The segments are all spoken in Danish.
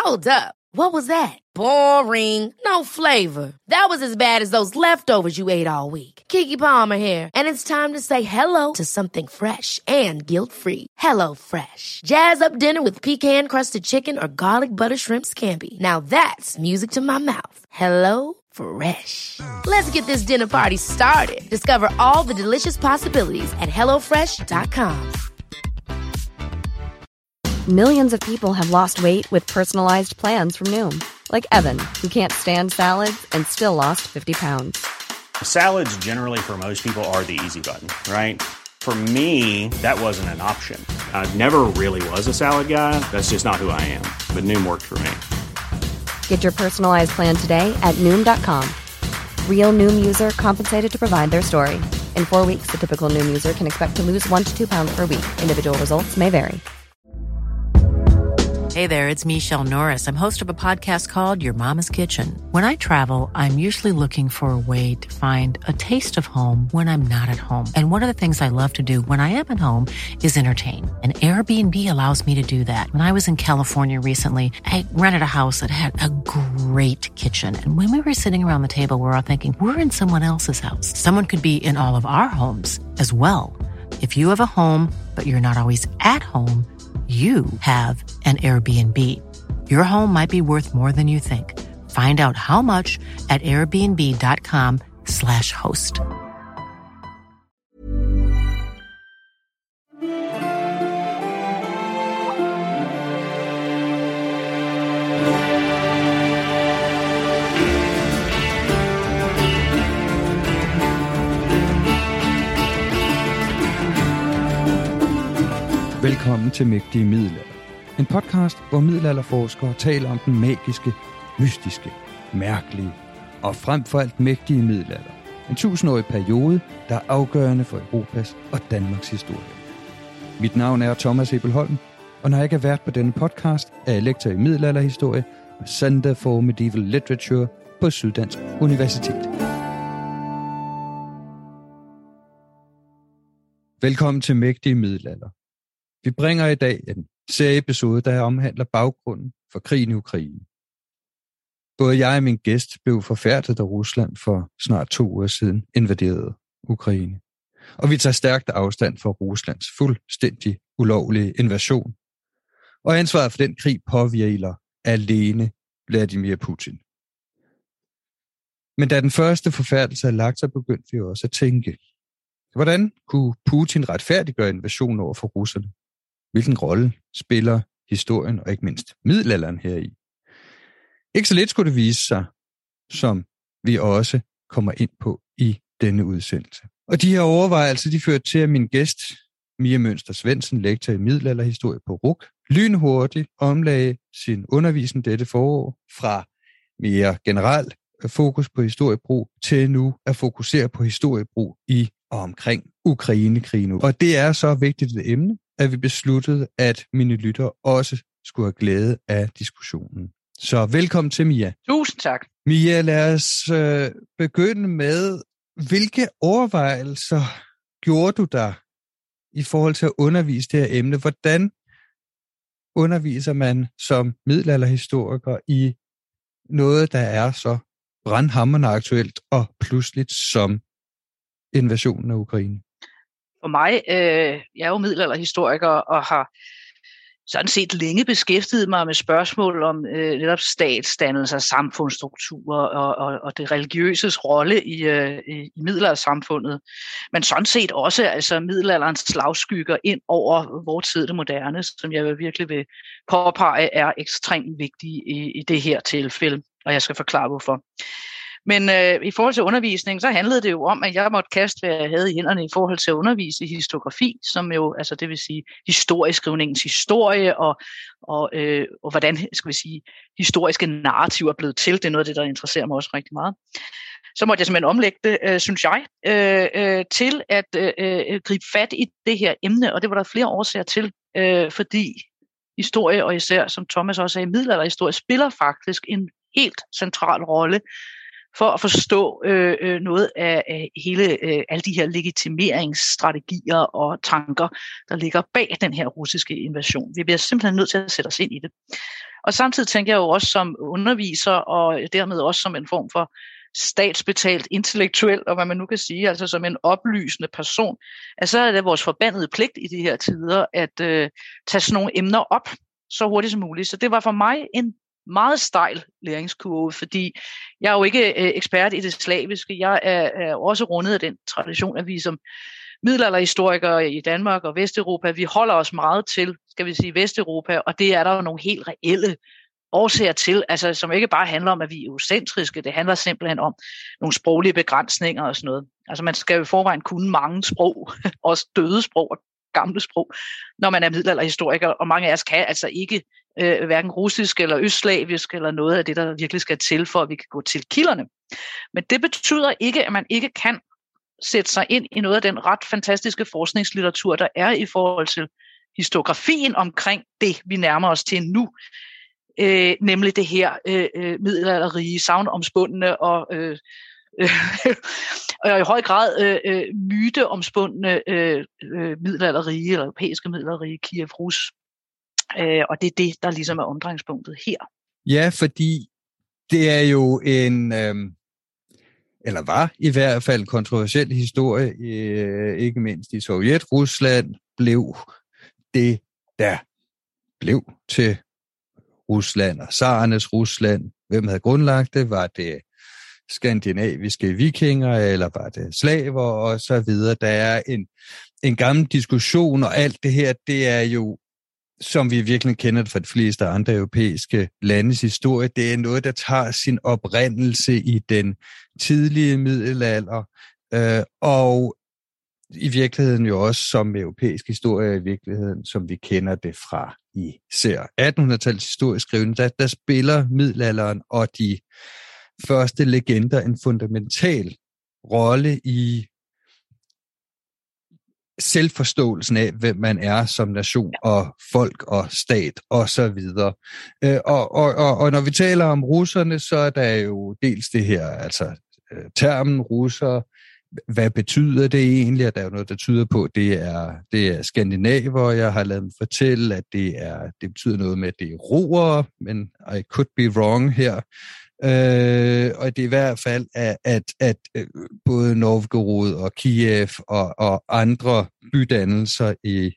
Hold up. What was that? Boring. No flavor. That was as bad as those leftovers you ate all week. Keke Palmer here, and it's time to say hello to something fresh and guilt-free. Hello Fresh. Jazz up dinner with pecan-crusted chicken or garlic butter shrimp scampi. Now that's music to my mouth. Hello Fresh. Let's get this dinner party started. Discover all the delicious possibilities at hellofresh.com. Millions of people have lost weight with personalized plans from Noom. Like Evan, who can't stand salads and still lost 50 pounds. Salads generally for most people are the easy button, right? For me, that wasn't an option. I never really was a salad guy. That's just not who I am. But Noom worked for me. Get your personalized plan today at Noom.com. Real Noom user compensated to provide their story. In 4 weeks, the typical Noom user can expect to lose 1 to 2 pounds per week. Individual results may vary. Hey there, it's Michelle Norris. I'm host of a podcast called Your Mama's Kitchen. When I travel, I'm usually looking for a way to find a taste of home when I'm not at home. And one of the things I love to do when I am at home is entertain. And Airbnb allows me to do that. When I was in California recently, I rented a house that had a great kitchen. And when we were sitting around the table, we were all thinking, we're in someone else's house. Someone could be in all of our homes as well. If you have a home, but you're not always at home, you have an Airbnb. Your home might be worth more than you think. Find out how much at airbnb.com/host. Velkommen til Mægtige Middelalder. En podcast, hvor middelalderforskere taler om den magiske, mystiske, mærkelige og frem for alt mægtige middelalder. En 1000-årig periode, der er afgørende for Europas og Danmarks historie. Mit navn er Thomas Ebelholm, og når jeg ikke er vært på denne podcast, er jeg lektor i middelalderhistorie ved Center for Medieval Literature på Syddansk Universitet. Velkommen til Mægtige Middelalder. Vi bringer i dag en serieepisode, der omhandler baggrunden for krigen i Ukraine. Både jeg og min gæst blev forfærdet, da Rusland for snart 2 uger siden invaderede Ukraine. Og vi tager stærkt afstand for Ruslands fuldstændig ulovlige invasion. Og ansvaret for den krig påhviler alene Vladimir Putin. Men da den første forfærdelse er lagt, så begyndte vi også at tænke, hvordan kunne Putin retfærdiggøre invasionen over for russerne? Hvilken rolle spiller historien og ikke mindst middelalderen heri? Ikke så lidt skulle det vise sig, som vi også kommer ind på i denne udsendelse. Og de her overvejelser, de førte til, at min gæst, Mia Mønster Svendsen, lektor i middelalderhistorie på RUC, lynhurtigt omlagde sin undervisning dette forår fra mere generelt fokus på historiebrug til nu at fokusere på historiebrug i og omkring Ukrainekrigen. Og det er så vigtigt et emne, at vi besluttede, at mine lyttere også skulle have glæde af diskussionen. Så velkommen til, Mia. Tusind tak. Mia, lad os begynde med, hvilke overvejelser gjorde du der i forhold til at undervise det her emne? Hvordan underviser man som middelalderhistoriker i noget, der er så brandhamrende aktuelt og pludseligt som invasionen af Ukraine? For mig, jeg er jo middelalderhistoriker og har sådan set længe beskæftiget mig med spørgsmål om netop statsdannelser, samfundsstrukturer og det religiøses rolle i middelaldersamfundet. Men sådan set også altså middelalderens slagskygger ind over vores tid, det moderne, som jeg virkelig vil påpege er ekstremt vigtige i det her tilfælde, og jeg skal forklare hvorfor. Men i forhold til undervisning, så handlede det jo om, at jeg måtte kaste, hvad jeg havde i hænderne i forhold til at undervise i historiografi, som jo, altså det vil sige historieskrivningens historie, og hvordan, skal vi sige, historiske narrativer er blevet til. Det er noget af det, der interesserer mig også rigtig meget. Så måtte jeg simpelthen omlægge det, synes jeg, til at gribe fat i det her emne, og det var der flere årsager til, fordi historie, og især, som Thomas også sagde, middelalderhistorie, spiller faktisk en helt central rolle for at forstå noget af hele alle de her legitimeringsstrategier og tanker, der ligger bag den her russiske invasion. Vi bliver simpelthen nødt til at sætte os ind i det. Og samtidig tænker jeg jo også som underviser, og dermed også som en form for statsbetalt intellektuel, og hvad man nu kan sige, altså som en oplysende person, at så er det vores forbandede pligt i de her tider, at tage sådan nogle emner op så hurtigt som muligt. Så det var for mig en meget stejl læringskurve, fordi jeg er jo ikke ekspert i det slaviske. Jeg er også rundet af den tradition, at vi som middelalderhistorikere i Danmark og Vesteuropa, vi holder os meget til, skal vi sige, Vesteuropa, og det er der jo nogle helt reelle årsager til, altså som ikke bare handler om, at vi er eurocentriske, det handler simpelthen om nogle sproglige begrænsninger og sådan noget. Altså man skal jo i forvejen kunne mange sprog, også døde sprog og gamle sprog, når man er middelalderhistoriker, og mange af os kan altså ikke hverken russisk eller østslavisk eller noget af det, der virkelig skal til, for at vi kan gå til kilderne. Men det betyder ikke, at man ikke kan sætte sig ind i noget af den ret fantastiske forskningslitteratur, der er i forhold til historiografien omkring det, vi nærmer os til nu, nemlig det her middelalderrige, sagnomspundne og i høj grad myteomspundne middelalderrige, eller europæiske middelalderige, Kiev Rus. Og det er det, der ligesom er omdrejningspunktet her. Ja, fordi det er jo en, eller var i hvert fald kontroversiel historie, ikke mindst i Sovjet. Rusland blev det, der blev til Rusland og tsarernes Rusland. Hvem havde grundlagt det? Var det skandinaviske vikinger, eller var det slaver og så videre? Der er en gammel diskussion, og alt det her, det er jo, som vi virkelig kender det fra de fleste andre europæiske landes historie, det er noget, der tager sin oprindelse i den tidlige middelalder, og i virkeligheden jo også som europæisk historie, i virkeligheden, som vi kender det fra især 1800-tallets historieskrivning, der spiller middelalderen og de første legender en fundamental rolle i selvforståelsen af, hvem man er som nation og folk og stat og så videre. Og når vi taler om russerne, så er der jo dels det her, altså termen russer. Hvad betyder det egentlig? Og der er jo noget, der tyder på, at det er skandinaver. Jeg har ladet dem fortælle, at det betyder noget med, at det er roere, men I could be wrong her. Og det er i hvert fald, at både Novgorod og Kiev og andre bydannelser i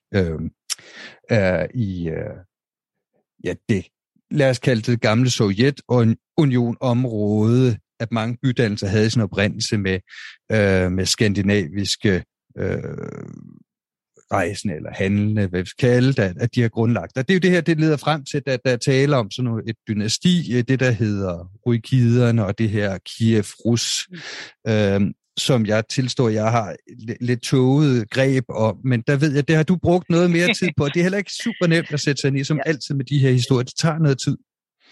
det, lad os kalde det gamle Sovjetunionområde, at mange bydannelser havde sin oprindelse med skandinaviske rejsende eller handlende, hvad vi skal kalde det, at de har grundlagt. Og det er jo det her, det leder frem til, at der taler om sådan et dynasti, det der hedder Ruikiderne, og det her Kiev Rus, som jeg tilstår, jeg har lidt tåget greb om, men der ved jeg, det har du brugt noget mere tid på, og det er heller ikke super nemt at sætte sig ind i, som altid med de her historier. Det tager noget tid.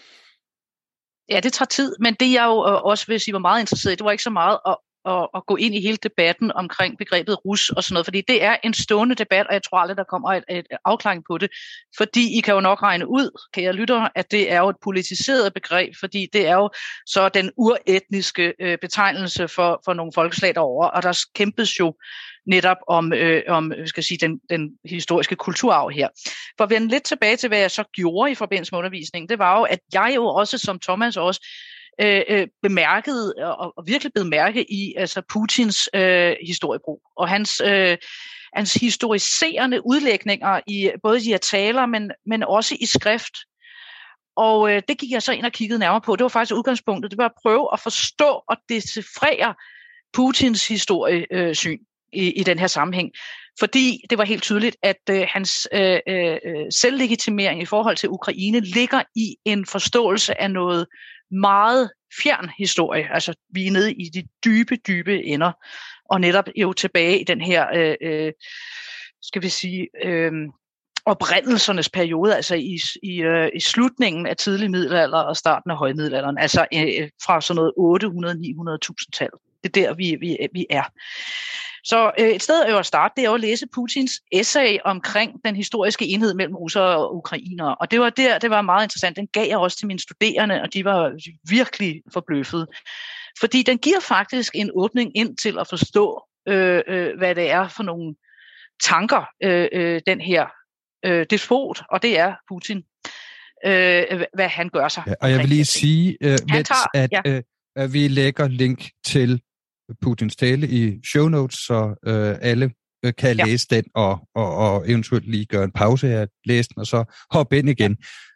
Ja, det tager tid, men det jeg jo også vil sige var meget interesseret i, det var ikke så meget at gå ind i hele debatten omkring begrebet rus og sådan noget, fordi det er en stående debat, og jeg tror aldrig, der kommer et afklaring på det, fordi I kan jo nok regne ud, kære lyttere, at det er jo et politiseret begreb, fordi det er jo så den uretniske betegnelse for nogle folkeslag derovre, og der kæmpes jo netop om skal sige, den historiske kulturarv her. For at vende lidt tilbage til, hvad jeg så gjorde i forbindelse med undervisningen, det var jo, at jeg jo også, som Thomas også, bemærkede og virkelig blev mærke i altså Putins historiebrug og hans historiserende udlægninger i både de her taler, men også i skrift. Og det gik jeg så ind og kiggede nærmere på. Det var faktisk udgangspunktet. Det var at prøve at forstå og decifrere Putins historiesyn i den her sammenhæng. Fordi det var helt tydeligt, at hans selvlegitimering i forhold til Ukraine ligger i en forståelse af noget meget fjern historie. Altså vi er nede i de dybe ender, og netop jo tilbage i den her, skal vi sige, oprindelsernes periode, altså i slutningen af tidlig middelalder og starten af højmiddelalderen, altså fra sådan noget 800-900.000-tal. Det er der, vi er. Så et sted at starte, det er at læse Putins essay omkring den historiske enhed mellem russere og ukrainere. Og det var meget interessant. Den gav jeg også til mine studerende, og de var virkelig forbløffede. Fordi den giver faktisk en åbning ind til at forstå, hvad det er for nogle tanker, den her despot, og det er Putin, hvad han gør sig. Ja, og jeg vil lige sige, at vi lægger link til Putins tale i show notes, så alle kan læse den og eventuelt lige gøre en pause her, læse den, og så hoppe ind igen.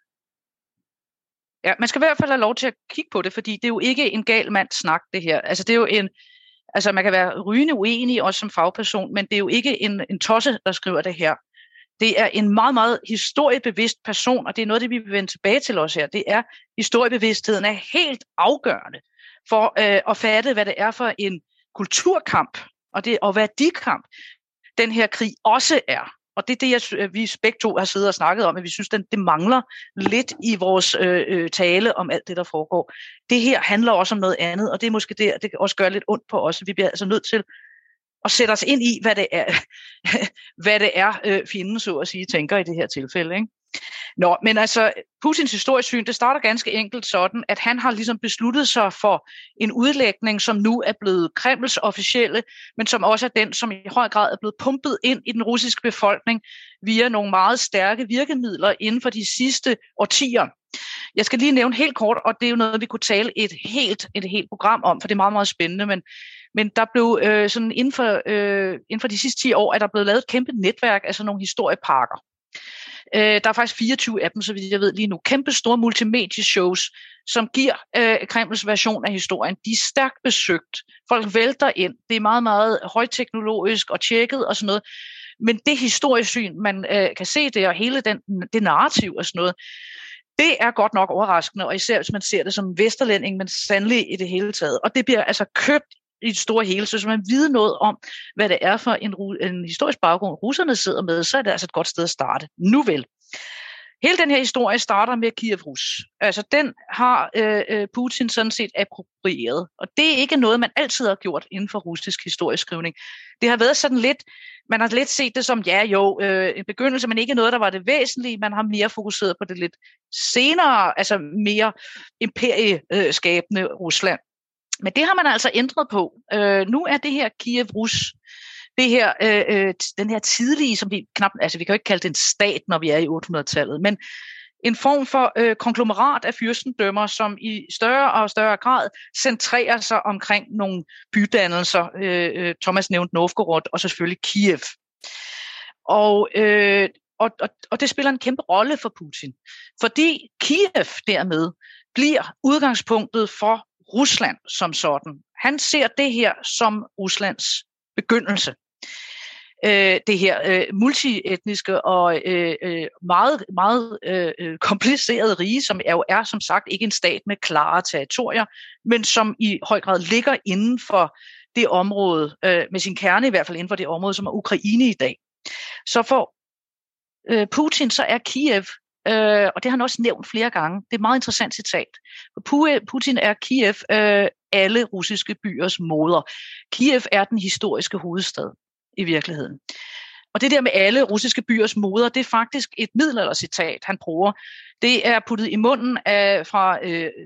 Ja, man skal i hvert fald have lov til at kigge på det, fordi det er jo ikke en gal mands snak, det her. Altså, det er jo man kan være rygende uenig også som fagperson, men det er jo ikke en tosse, der skriver det her. Det er en meget, meget historiebevidst person, og det er noget, det vi vil vende tilbage til os her. Det er, historiebevidstheden er helt afgørende for at fatte, hvad det er for en kulturkamp og værdikamp, den her krig også er. Og det er det, vi begge to har siddet og snakket om, at vi synes, det mangler lidt i vores tale om alt det, der foregår. Det her handler også om noget andet, og det er måske det kan også gøre lidt ondt på os. Vi bliver altså nødt til at sætte os ind i, hvad det er fjenden, så at sige, tænker i det her tilfælde, ikke? Nå, men altså, Putins historiesyn, det starter ganske enkelt sådan, at han har ligesom besluttet sig for en udlægning, som nu er blevet Kremls officielle, men som også er den, som i høj grad er blevet pumpet ind i den russiske befolkning via nogle meget stærke virkemidler inden for de sidste årtier. Jeg skal lige nævne helt kort, og det er jo noget, vi kunne tale et helt program om, for det er meget, meget spændende, men der blev sådan inden for de sidste 10 år, er der blevet lavet et kæmpe netværk af sådan nogle historieparker. Der er faktisk 24 af dem, så vidt jeg ved lige nu. Kæmpe store multimedieshows, som giver Kremls version af historien. De er stærkt besøgt. Folk vælter ind. Det er meget, meget højteknologisk og tjekket og sådan noget. Men det historiesyn, man kan se der, og hele det narrativ og sådan noget, det er godt nok overraskende, og især hvis man ser det som vesterlænding, men sandelig i det hele taget. Og det bliver altså købt i det store hele, så hvis man ved noget om, hvad det er for en historisk baggrund, russerne sidder med, så er det altså et godt sted at starte. Nu vel. Hele den her historie starter med Kiev Rus. Altså den har Putin sådan set approprieret, og det er ikke noget, man altid har gjort inden for russisk historieskrivning. Det har været sådan lidt, man har lidt set det som, en begyndelse, men ikke noget, der var det væsentlige. Man har mere fokuseret på det lidt senere, altså mere imperieskabende Rusland. Men det har man altså ændret på. Nu er det her Kiev Rus, det her, den her tidlige, som vi knap, altså vi kan jo ikke kalde det en stat, når vi er i 800-tallet, men en form for konglomerat af fyrstendømmer, som i større og større grad centrerer sig omkring nogle bydannelser. Thomas nævnte Novgorod og selvfølgelig Kiev. Og det spiller en kæmpe rolle for Putin, fordi Kiev dermed bliver udgangspunktet for Rusland som sådan. Han ser det her som Ruslands begyndelse. Det her multietniske og meget, meget komplicerede rige, som jo er som sagt ikke en stat med klare territorier, men som i høj grad ligger inden for det område, med sin kerne i hvert fald inden for det område, som er Ukraine i dag. Så for Putin, så er Kiev, og det har han også nævnt flere gange, det er et meget interessant citat. Putin er Kiev alle russiske byers moder. Kiev er den historiske hovedstad i virkeligheden. Og det der med alle russiske byers moder, det er faktisk et middelaldercitat, han bruger. Det er puttet i munden fra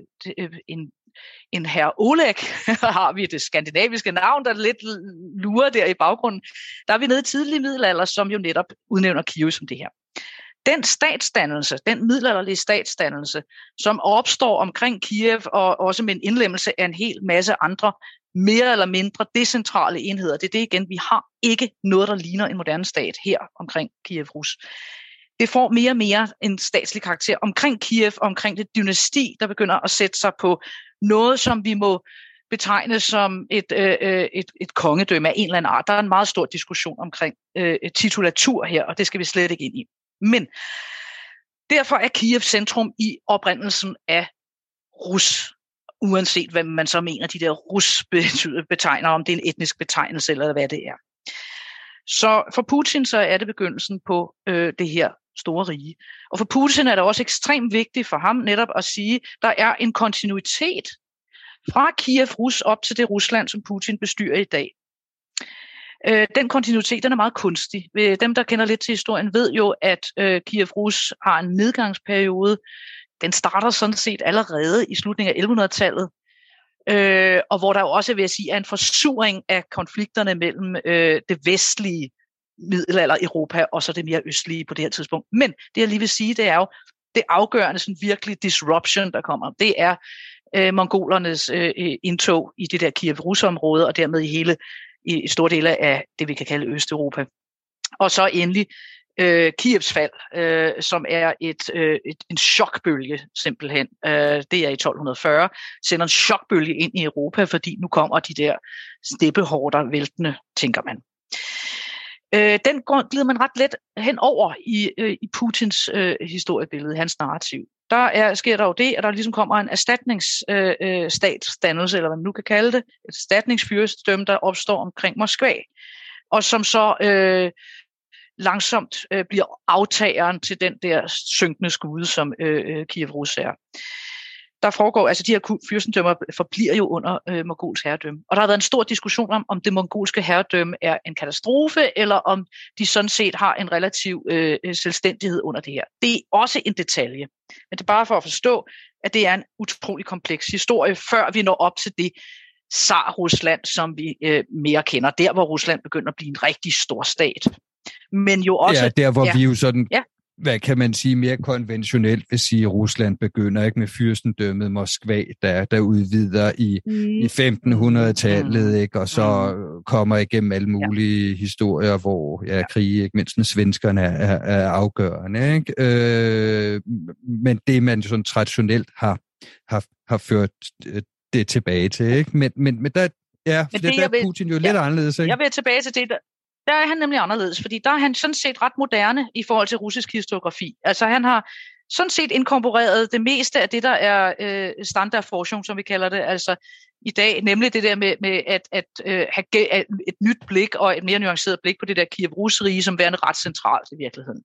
en herre Oleg, har vi det skandinaviske navn, der lidt lurer der i baggrunden. Der er vi nede i tidlig middelalder, som jo netop udnævner Kiev som det her. Den statsdannelse, den middelalderlige statsdannelse, som opstår omkring Kiev og også med en indlemmelse af en hel masse andre mere eller mindre decentrale enheder. Det er det igen, vi har ikke noget, der ligner en moderne stat her omkring Kiev Rus. Det får mere og mere en statslig karakter omkring Kiev, omkring det dynasti, der begynder at sætte sig på noget, som vi må betegne som et kongedømme af en eller anden art. Der er en meget stor diskussion omkring titulatur her, og det skal vi slet ikke ind i. Men derfor er Kiev centrum i oprindelsen af Rus, uanset hvad man så mener, de der Rus betegner, om det er en etnisk betegnelse eller hvad det er. Så for Putin så er det begyndelsen på det her store rige. Og for Putin er det også ekstremt vigtigt for ham netop at sige, at der er en kontinuitet fra Kiev Rus op til det Rusland, som Putin bestyrer i dag. Den kontinuitet, den er meget kunstig. Dem, der kender lidt til historien, ved jo, at Kiev Rus har en nedgangsperiode. Den starter sådan set allerede i slutningen af 1100-tallet, og hvor der jo også, vil jeg sige, er en forsuring af konflikterne mellem det vestlige middelalder Europa og så det mere østlige på det her tidspunkt. Men det, jeg lige vil sige, det er jo, det afgørende sådan virkelig disruption, der kommer. Det er mongolernes indtog i det der Kiev-Rus-område, og dermed i store dele af det, vi kan kalde Østeuropa. Og så endelig Kievs fald, som er en chokbølge simpelthen. Det er i 1240, sender en chokbølge ind i Europa, fordi nu kommer de der steppehorder væltende, tænker man. Den glider man ret let henover i Putins historiebillede, hans narrativ. Sker der jo det, at der ligesom kommer en erstatningsstatsdannelse, eller hvad man nu kan kalde det, et erstatningsfyrstedømme, der opstår omkring Moskva, og som så langsomt bliver aftageren til den der synkende skude, som Kiev-Rus er. Der foregår, altså de her fyrstendømmer forbliver jo under mongols herredømme. Og der har været en stor diskussion om det mongolske herredømme er en katastrofe, eller om de sådan set har en relativ selvstændighed under det her. Det er også en detalje. Men det er bare for at forstå, at det er en utrolig kompleks historie, før vi når op til det Tsar-Rusland, som vi mere kender. Der, hvor Rusland begynder at blive en rigtig stor stat. Men jo også... Ja, der hvor vi jo sådan... Ja. Hvad kan man sige, mere konventionelt vil sige, at Rusland begynder ikke med fyrstendømmet Moskva, der udvider i 1500-tallet, ikke? Og så kommer igennem alle mulige historier, hvor krige, ikke mindst med svenskerne, er afgørende. Ikke? Men det, man sådan traditionelt har ført det tilbage til. Ikke? Men der, der er Putin jo lidt anderledes. Ikke? Jeg vil tilbage til det, der er han nemlig anderledes, fordi der er han sådan set ret moderne i forhold til russisk historiografi. Altså han har sådan set inkorporeret det meste af det, der er standardforskning, som vi kalder det, altså i dag, nemlig det der med at have et nyt blik og et mere nuanceret blik på det der Kiev-Rus-rige, som værende ret centralt i virkeligheden.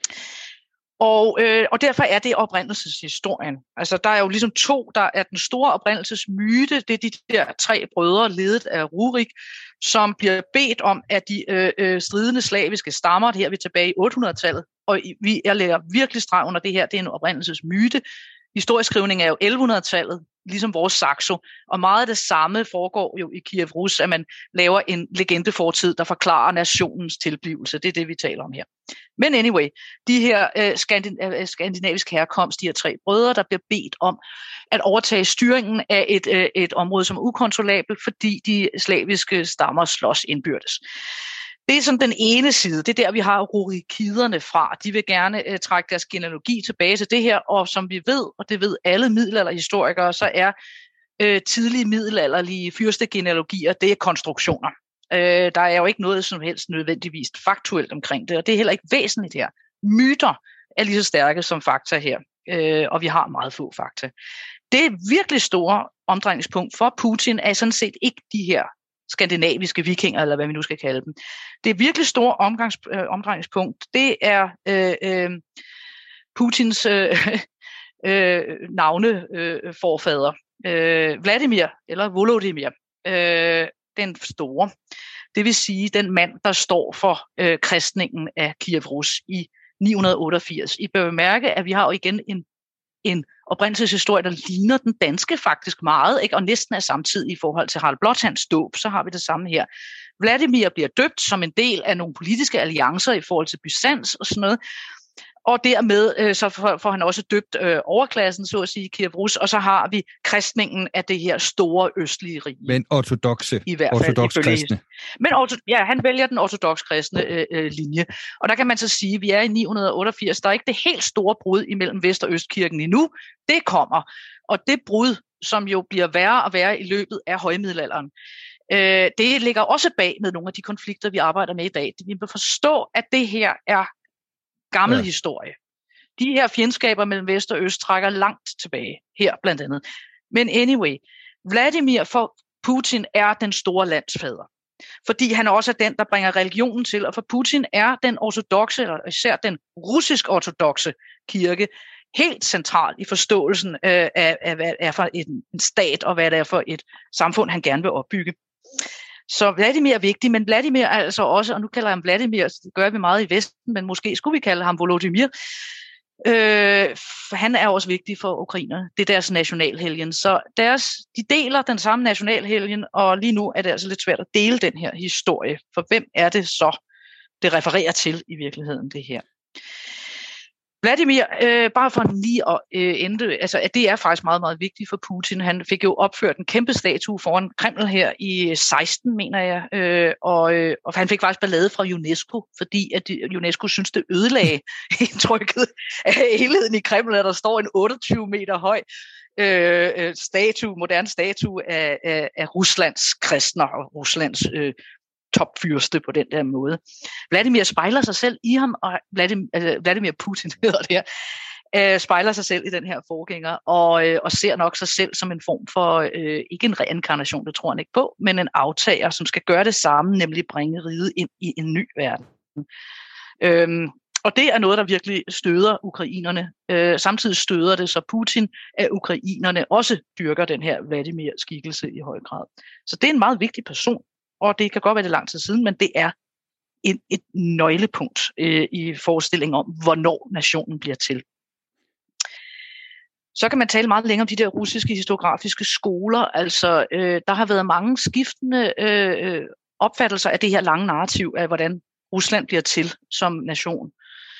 Og derfor er det oprindelseshistorien. Altså der er jo ligesom to, der er den store oprindelsesmyte, det er de der 3 brødre, ledet af Rurik, som bliver bedt om, at de stridende slaviske stammer, det her vi er tilbage i 800-tallet, og jeg lægger virkelig streg under det her, det er en oprindelsesmyte. Historieskrivning er jo 1100-tallet, ligesom vores Saxo, og meget af det samme foregår jo i Kiev-Rus, at man laver en legendefortid, der forklarer nationens tilblivelse. Det er det, vi taler om her. Men anyway, de her skandinaviske herkomst, de her 3 brødre, der bliver bedt om at overtage styringen af et område, som er ukontrollabelt, fordi de slaviske stammer slås indbyrdes. Det er sådan den ene side. Det er der, vi har rurikiderne fra. De vil gerne trække deres genealogi tilbage til det her, og som vi ved, og det ved alle middelalderhistorikere, så er tidlige middelalderlige fyrstegenealogier, det er konstruktioner. Der er jo ikke noget som helst nødvendigvis faktuelt omkring det, og det er heller ikke væsentligt her. Myter er lige så stærke som fakta her, og vi har meget få fakta. Det virkelig store omdrejningspunkt for Putin er sådan set ikke de her skandinaviske vikinger, eller hvad vi nu skal kalde dem. Det virkelig store omdrejningspunkt, det er Putins navneforfader, Vladimir, eller Volodymyr, den store. Det vil sige, den mand, der står for kristningen af Kiev-Rus i 988. I bør bemærke, at vi har jo igen en oprindelseshistorie, der ligner den danske faktisk meget, ikke? Og næsten er samtidig i forhold til Harald Blåtands dåb, så har vi det samme her. Vladimir bliver døbt som en del af nogle politiske alliancer i forhold til Byzans og sådan noget, og dermed så får han også døbt overklassen, så at sige, Kiev-Rus, og så har vi kristningen af det her store østlige rige. Men ortodokse, i hvert fald, ortodoks kristne. Men han vælger den ortodoks kristne linje. Og der kan man så sige, at vi er i 988, der er ikke det helt store brud imellem Vest- og Østkirken endnu. Det kommer, og det brud, som jo bliver værre og værre i løbet af højmiddelalderen, det ligger også bag med nogle af de konflikter, vi arbejder med i dag. Vi må forstå, at det her er gammel historie. De her fjendskaber mellem Vest og Øst trækker langt tilbage, her blandt andet. Men anyway, Vladimir for Putin er den store landsfader, fordi han også er den, der bringer religionen til, og for Putin er den ortodokse, eller især den russisk-ortodokse kirke, helt central i forståelsen af hvad det er for en stat, og hvad det er for et samfund, han gerne vil opbygge. Så Vladimir er vigtig, men Vladimir er altså også, og nu kalder jeg ham Vladimir, det gør vi meget i Vesten, men måske skulle vi kalde ham Volodymyr. Han er også vigtig for ukrainerne. Det er deres nationalhelgen. Så de deler den samme nationalhelgen, og lige nu er det altså lidt svært at dele den her historie. For hvem er det så, det refererer til i virkeligheden, det her? Vladimir, bare for lige at ende, altså at det er faktisk meget, meget vigtigt for Putin. Han fik jo opført en kæmpe statue foran Kreml her i 16, mener jeg, og han fik faktisk ballade fra UNESCO, fordi at UNESCO synes, det ødelagde indtrykket af helheden i Kreml, at der står en 28 meter høj moderne statue af Ruslands kristner og Ruslands topfyrste på den der måde. Vladimir spejler sig selv i ham, og Vladimir Putin hedder det her, spejler sig selv i den her forgænger, og ser nok sig selv som en form for, ikke en reinkarnation, det tror han ikke på, men en aftager, som skal gøre det samme, nemlig bringe riget ind i en ny verden. Og det er noget, der virkelig støder ukrainerne. Samtidig støder det så Putin, at ukrainerne også dyrker den her Vladimir-skikkelse i høj grad. Så det er en meget vigtig person, og det kan godt være det lang tid siden, men det er et nøglepunkt i forestillingen om, hvornår nationen bliver til. Så kan man tale meget længere om de der russiske historiografiske skoler. Altså, der har været mange skiftende opfattelser af det her lange narrativ af, hvordan Rusland bliver til som nation.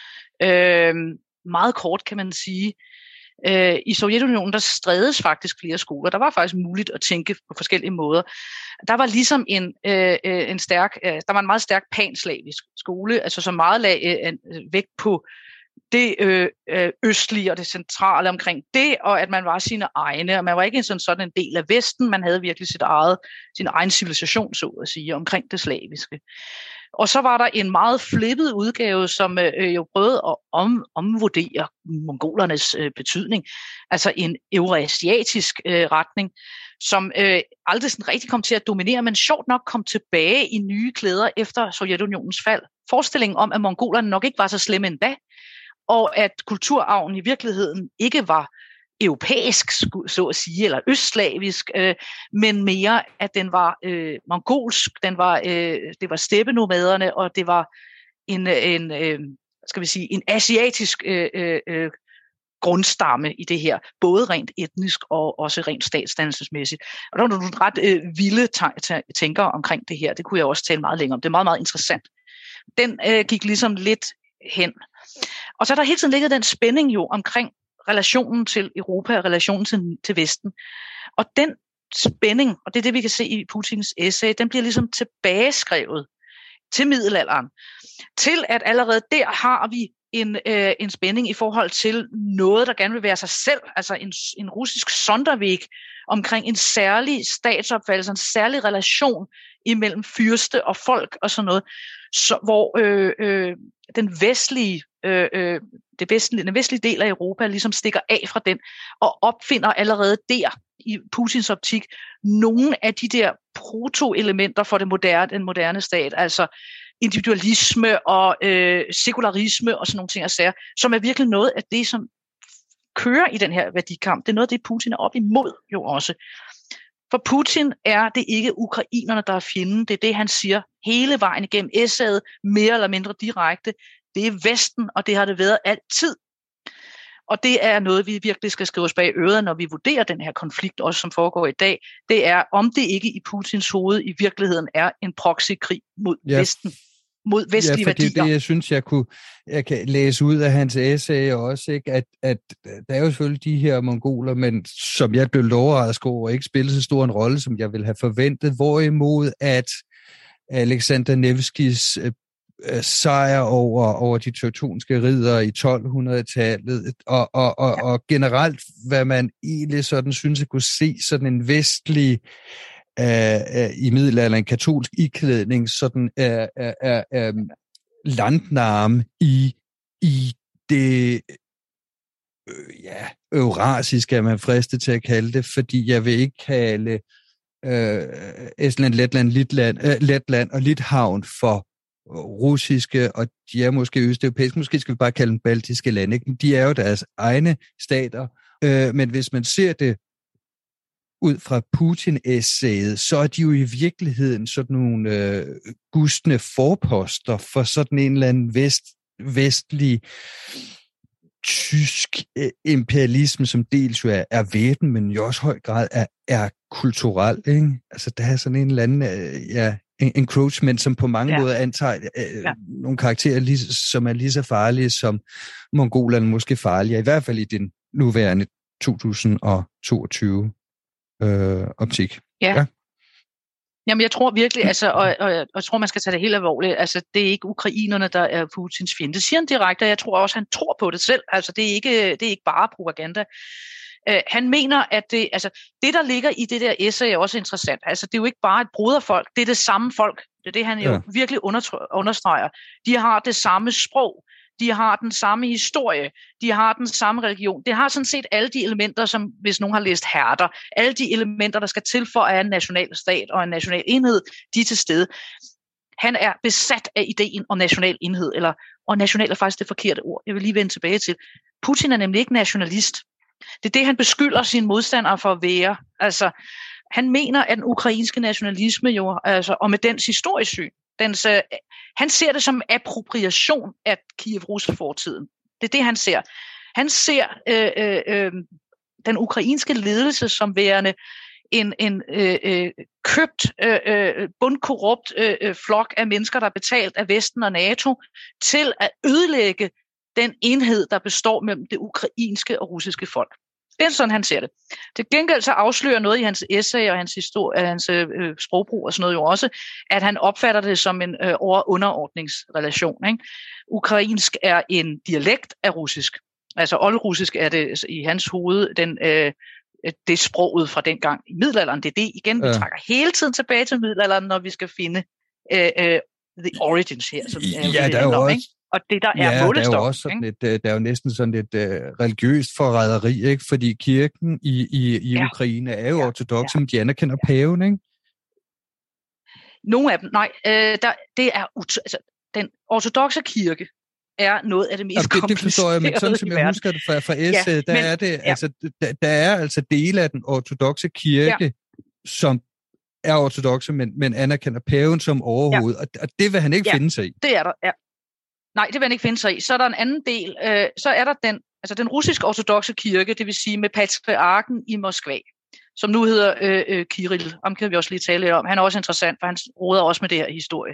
Meget kort kan man sige, i Sovjetunionen, der strædes faktisk flere skoler. Der var faktisk muligt at tænke på forskellige måder. Der var ligesom der var en meget stærk panslavisk skole, altså så meget lag vægt på det østlige og det centrale omkring det, og at man var sine egne, og man var ikke sådan en del af Vesten, man havde virkelig sin egen civilisation, så at sige, omkring det slaviske. Og så var der en meget flippet udgave, som jo prøvede at omvurdere mongolernes betydning, altså en eurasiatisk retning, som aldrig sådan rigtig kom til at dominere, men sjovt nok kom tilbage i nye klæder efter Sovjetunionens fald. Forestillingen om, at mongolerne nok ikke var så slemme endda, og at kulturarven i virkeligheden ikke var europæisk, så at sige, eller østslavisk, men mere, at den var mongolsk, det var steppenomaderne, og det var en asiatisk grundstamme i det her, både rent etnisk og også rent statsdannelsesmæssigt. Og der var nogle ret vilde tænker omkring det her, det kunne jeg også tale meget længere om, det er meget, meget interessant. Den gik ligesom lidt hen. Og så er der hele tiden ligget den spænding jo omkring relationen til Europa og relationen til Vesten. Og den spænding, og det er det, vi kan se i Putins essay, den bliver ligesom tilbageskrevet til middelalderen. Til at allerede der har vi en spænding i forhold til noget, der gerne vil være sig selv, altså en russisk Sonderweg omkring en særlig statsopfattelse, en særlig relation imellem fyrste og folk og sådan noget, hvor den vestlige del af Europa ligesom stikker af fra den og opfinder allerede der i Putins optik nogle af de der proto-elementer for den moderne stat, altså individualisme og sekularisme og sådan nogle ting og sager, som er virkelig noget af det, som kører i den her værdikamp. Det er noget af det, Putin er op imod jo også. For Putin er det ikke ukrainerne, der er fjenden. Det er det, han siger hele vejen igennem essayet, mere eller mindre direkte. Det er Vesten, og det har det været altid. Og det er noget, vi virkelig skal skrive os bag øret, når vi vurderer den her konflikt, også som foregår i dag. Det er, om det ikke i Putins hoved i virkeligheden er en proxykrig mod Vesten. Mod vestlige værdier. Det, jeg synes, jeg kan læse ud af hans essay også, ikke? At der er jo selvfølgelig de her mongoler, men som jeg blev overrasket over, ikke spiller så stor en rolle, som jeg ville have forventet. Hvorimod at Alexander Nevskis sejr over de teutonske riddere i 1200-tallet, og generelt, hvad man egentlig sådan synes at kunne se sådan en vestlig i middelalderen katolsk iklædning, sådan landnarme i det eurasiske, er man fristet til at kalde det, fordi jeg vil ikke kalde Estland, Letland og Litauen for russiske, og de er måske østeuropæiske, måske skal vi bare kalde dem baltiske lande, ikke? De er jo deres egne stater, men hvis man ser det ud fra Putin-essayet, så er de jo i virkeligheden sådan nogle gustne forposter for sådan en eller anden vestlig tysk imperialisme, som dels jo er væben, men jo også i høj grad er kulturel, ikke? Altså der er sådan en eller anden encroachment, som på mange måder antager nogle karakterer, som er lige så farlige som mongolerne, måske farligere, i hvert fald i den nuværende 2022 optik. Ja. Jamen, jeg tror virkelig, og jeg tror, man skal tage det helt alvorligt. Altså, det er ikke ukrainerne, der er Putins fjende. Det siger han direkte, og jeg tror også, han tror på det selv. Altså, det er ikke bare propaganda. Han mener, at det der ligger i det der essay er også interessant. Altså, det er jo ikke bare et broderfolk, det er det samme folk. Det er det, han jo virkelig understreger. De har det samme sprog, de har den samme historie, de har den samme religion. Det har sådan set alle de elementer, som hvis nogen har læst Herder, alle de elementer, der skal til for at have en national stat og en national enhed, de er til stede. Han er besat af ideen om national enhed, og national er faktisk det forkerte ord. Jeg vil lige vende tilbage til. Putin er nemlig ikke nationalist. Det er det, han beskylder sine modstandere for at være. Altså, han mener, at den ukrainske nationalisme jo, og med dens historiesyn, han ser det som appropriation af Kiev-Rus-fortiden. Det er det, han ser. Han ser den ukrainske ledelse som værende en købt, bundkorrupt flok af mennesker, der er betalt af Vesten og NATO, til at ødelægge den enhed, der består mellem det ukrainske og russiske folk. Det er sådan, han ser det. Til gengæld så afslører noget i hans essay og hans historie, hans sprogbrug og sådan noget jo også, at han opfatter det som en underordningsrelation. Ikke? Ukrainsk er en dialekt af russisk. Altså oldrussisk er det i hans hoved det sproget fra dengang i middelalderen. Det er det igen, vi trækker hele tiden tilbage til middelalderen, når vi skal finde the origins her. Som der er jo også. Ikke? Og det, der er målestok. Der er jo også sådan der er jo næsten sådan et religiøst forræderi, ikke? Fordi kirken i Ukraine er jo ortodokse, men de anerkender paven, ikke? Nogle af dem, nej. Det er den ortodokse kirke er noget af det mest komplicerede. Det forstår jeg, men sådan som jeg husker det fra S, der er altså dele af den ortodokse kirke, som er ortodokse, men anerkender paven som overhoved, og det vil han ikke finde sig i. Det er der, ja. Nej, det vil han ikke finde sig i. Så er der en anden del, så er der den russiske ortodokse kirke, det vil sige med patriarken i Moskva, som nu hedder Kirill. Ham kan vi også lige tale lidt om. Han er også interessant, for han roder også med det her historie.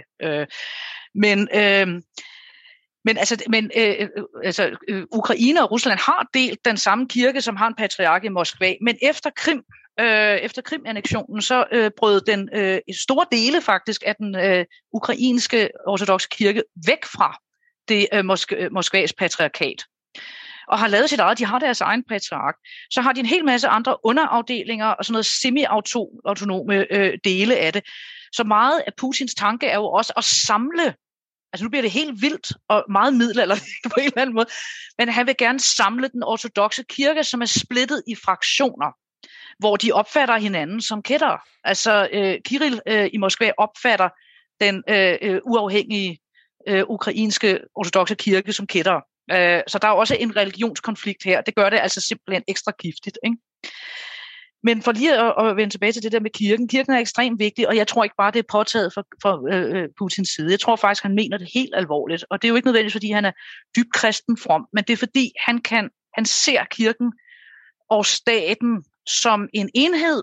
Ukraine og Rusland har delt den samme kirke, som har en patriark i Moskva, men efter Krim-annektionen, så brød den store dele faktisk af den ukrainske ortodokse kirke væk fra det Moskvas patriarkat, og har lavet sit eget. De har deres egen patriark. Så har de en hel masse andre underafdelinger og sådan noget semi-autonome dele af det. Så meget af Putins tanke er jo også at samle. Altså nu bliver det helt vildt og meget middelalderligt på en eller anden måde, men han vil gerne samle den ortodokse kirke, som er splittet i fraktioner, hvor de opfatter hinanden som kættere. Altså Kirill i Moskva opfatter den uafhængige ukrainske ortodokse kirke som kættere. Så der er også en religionskonflikt her. Det gør det altså simpelthen ekstra giftigt, ikke? Men for lige at vende tilbage til det der med kirken. Kirken er ekstremt vigtig, og jeg tror ikke bare, det er påtaget fra Putins side. Jeg tror faktisk, han mener det helt alvorligt. Og det er jo ikke nødvendigvis, fordi han er dybt kristen from, men det er fordi, han ser kirken og staten som en enhed.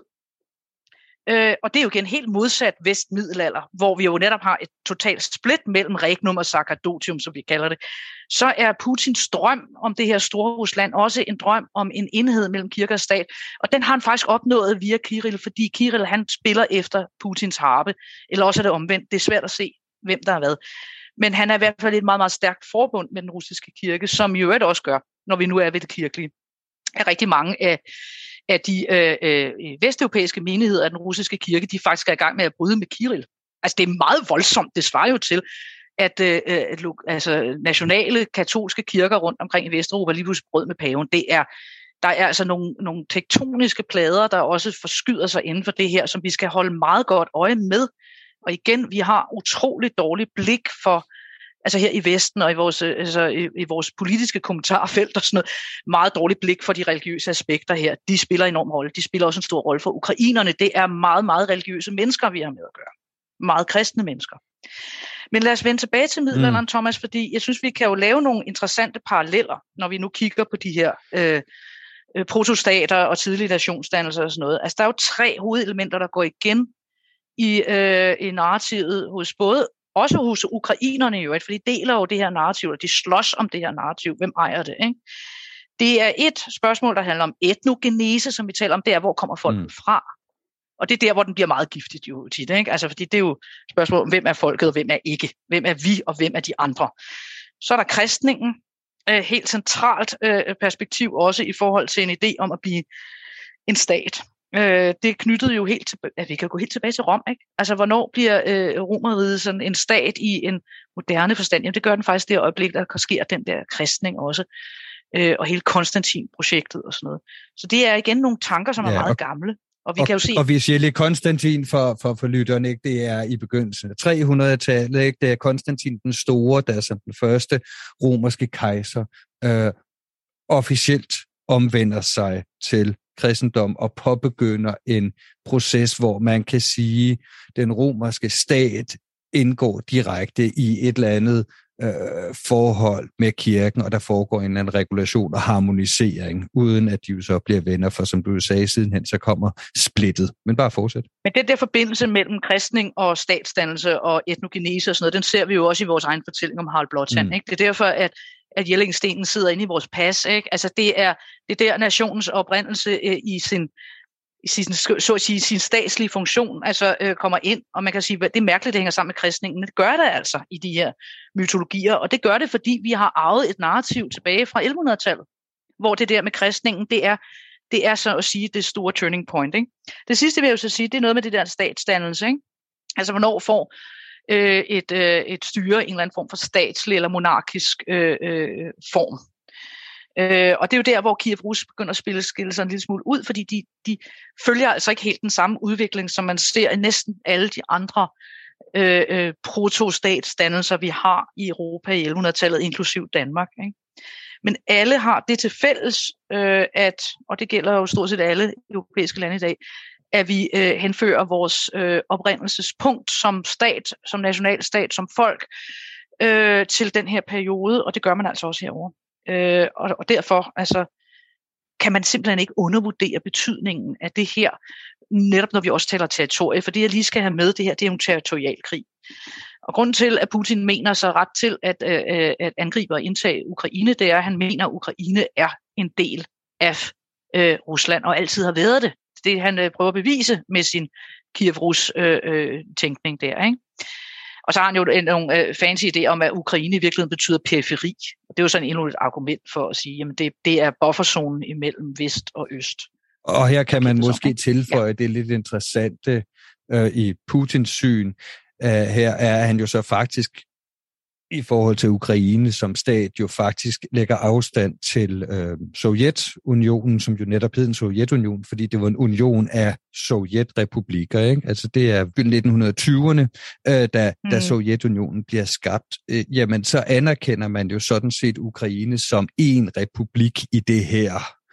Og det er jo igen helt modsat vestmiddelalder, hvor vi jo netop har et totalt split mellem regnum og sacerdotium, som vi kalder det. Så er Putins drøm om det her store Rusland også en drøm om en enhed mellem kirke og stat. Og den har han faktisk opnået via Kirill, fordi Kirill han spiller efter Putins harpe. Eller også er det omvendt. Det er svært at se, hvem der har været. Men han er i hvert fald et meget, meget stærkt forbund med den russiske kirke, som jo også gør, når vi nu er ved det kirkelige. Er rigtig mange af de vesteuropæiske menigheder af den russiske kirke, de faktisk er i gang med at bryde med Kirill. Altså det er meget voldsomt. Det svarer jo til, at nationale katolske kirker rundt omkring i Vesteuropa lige pludselig brød med paven. Der er altså nogle tektoniske plader, der også forskyder sig inden for det her, som vi skal holde meget godt øje med. Og igen, vi har utroligt dårligt blik for, altså her i Vesten og i vores politiske kommentarfelt og sådan noget, meget dårligt blik for de religiøse aspekter her. De spiller en enorm rolle. De spiller også en stor rolle for ukrainerne. Det er meget, meget religiøse mennesker, vi har med at gøre. Meget kristne mennesker. Men lad os vende tilbage til middelalderen, Thomas, fordi jeg synes, vi kan jo lave nogle interessante paralleller, når vi nu kigger på de her protostater og tidlige nationsdannelser og sådan noget. Altså, der er jo 3 hovedelementer, der går igen i narrativet også hos ukrainerne jo, for de deler jo det her narrativ, og de slås om det her narrativ. Hvem ejer det, ikke? Det er et spørgsmål, der handler om etnogenese, som vi taler om, det er, hvor kommer folket fra? Og det er der, hvor den bliver meget giftigt jo tit, ikke? Altså, fordi det er jo et spørgsmål om, hvem er folket, og hvem er ikke? Hvem er vi, og hvem er de andre? Så er der kristningen, helt centralt perspektiv også i forhold til en idé om at blive en stat. Det er knyttet jo helt tilbage, at vi kan gå helt tilbage til Rom, ikke? Altså, hvornår bliver Romerriget sådan en stat i en moderne forstand? Jamen, det gør den faktisk det øjeblik, der sker den der kristning også, og hele Konstantin-projektet og sådan noget. Så det er igen nogle tanker, som er meget gamle. Og vi kan jo se... Og vi siger lige Konstantin for lytterne, ikke? Det er i begyndelsen af 300-tallet, ikke? Det er Konstantin den Store, der er som den første romerske kejser, officielt omvender sig til kristendom og påbegynder en proces, hvor man kan sige, at den romerske stat indgår direkte i et eller andet forhold med kirken, og der foregår en eller anden regulation og harmonisering, uden at de jo så bliver venner, for som du sagde, sidenhen så kommer splittet. Men bare fortsæt. Men den der forbindelse mellem kristning og statsdannelse og etnogenese og sådan noget, den ser vi jo også i vores egen fortælling om Harald Blåtand. Ikke? Det er derfor, at Jellingstenen sidder inde i vores pas. Ikke? Altså det er der nationens oprindelse i sin statslige funktion kommer ind, og man kan sige, at det er mærkeligt, det hænger sammen med kristningen. Det gør det altså i de her mytologier, og det gør det, fordi vi har arvet et narrativ tilbage fra 1100-tallet, hvor det der med kristningen, det er så at sige det store turning point. Ikke? Det sidste vil jeg jo så sige, det er noget med det der statsdannelse. Ikke? Altså hvornår får et styre en eller anden form for statslig eller monarkisk form. Og det er jo der, hvor Kiev Rus begynder at skille sig en lille smule ud, fordi de følger altså ikke helt den samme udvikling, som man ser i næsten alle de andre protostatsdannelser, vi har i Europa i 1100-tallet, inklusiv Danmark. Ikke? Men alle har det til fælles, og det gælder jo stort set alle europæiske lande i dag, at vi henfører vores oprindelsespunkt som stat, som nationalstat, som folk, til den her periode, og det gør man altså også herovre. Og derfor kan man simpelthen ikke undervurdere betydningen af det her, netop når vi også taler territorie, for det jeg lige skal have med, det er jo en territorialkrig. Og grunden til, at Putin mener sig ret til at angribe og indtage Ukraine, det er, at han mener, at Ukraine er en del af Rusland, og altid har været det. Det han prøver at bevise med sin Kiev-Rus-tænkning der, ikke? Og så har han jo nogle fancy idéer om, at Ukraine i virkeligheden betyder periferi. Og det er jo sådan endnu et argument for at sige, at det er bufferzonen imellem vest og øst. Og her kan man måske tilføje det lidt interessante i Putins syn. Her er han jo så faktisk i forhold til Ukraine som stat jo faktisk lægger afstand til Sovjetunionen, som jo netop hed en Sovjetunion, fordi det var en union af sovjetrepublikker. Ikke? Altså det er 1920'erne, da Sovjetunionen bliver skabt. Jamen så anerkender man jo sådan set Ukraine som en republik i det her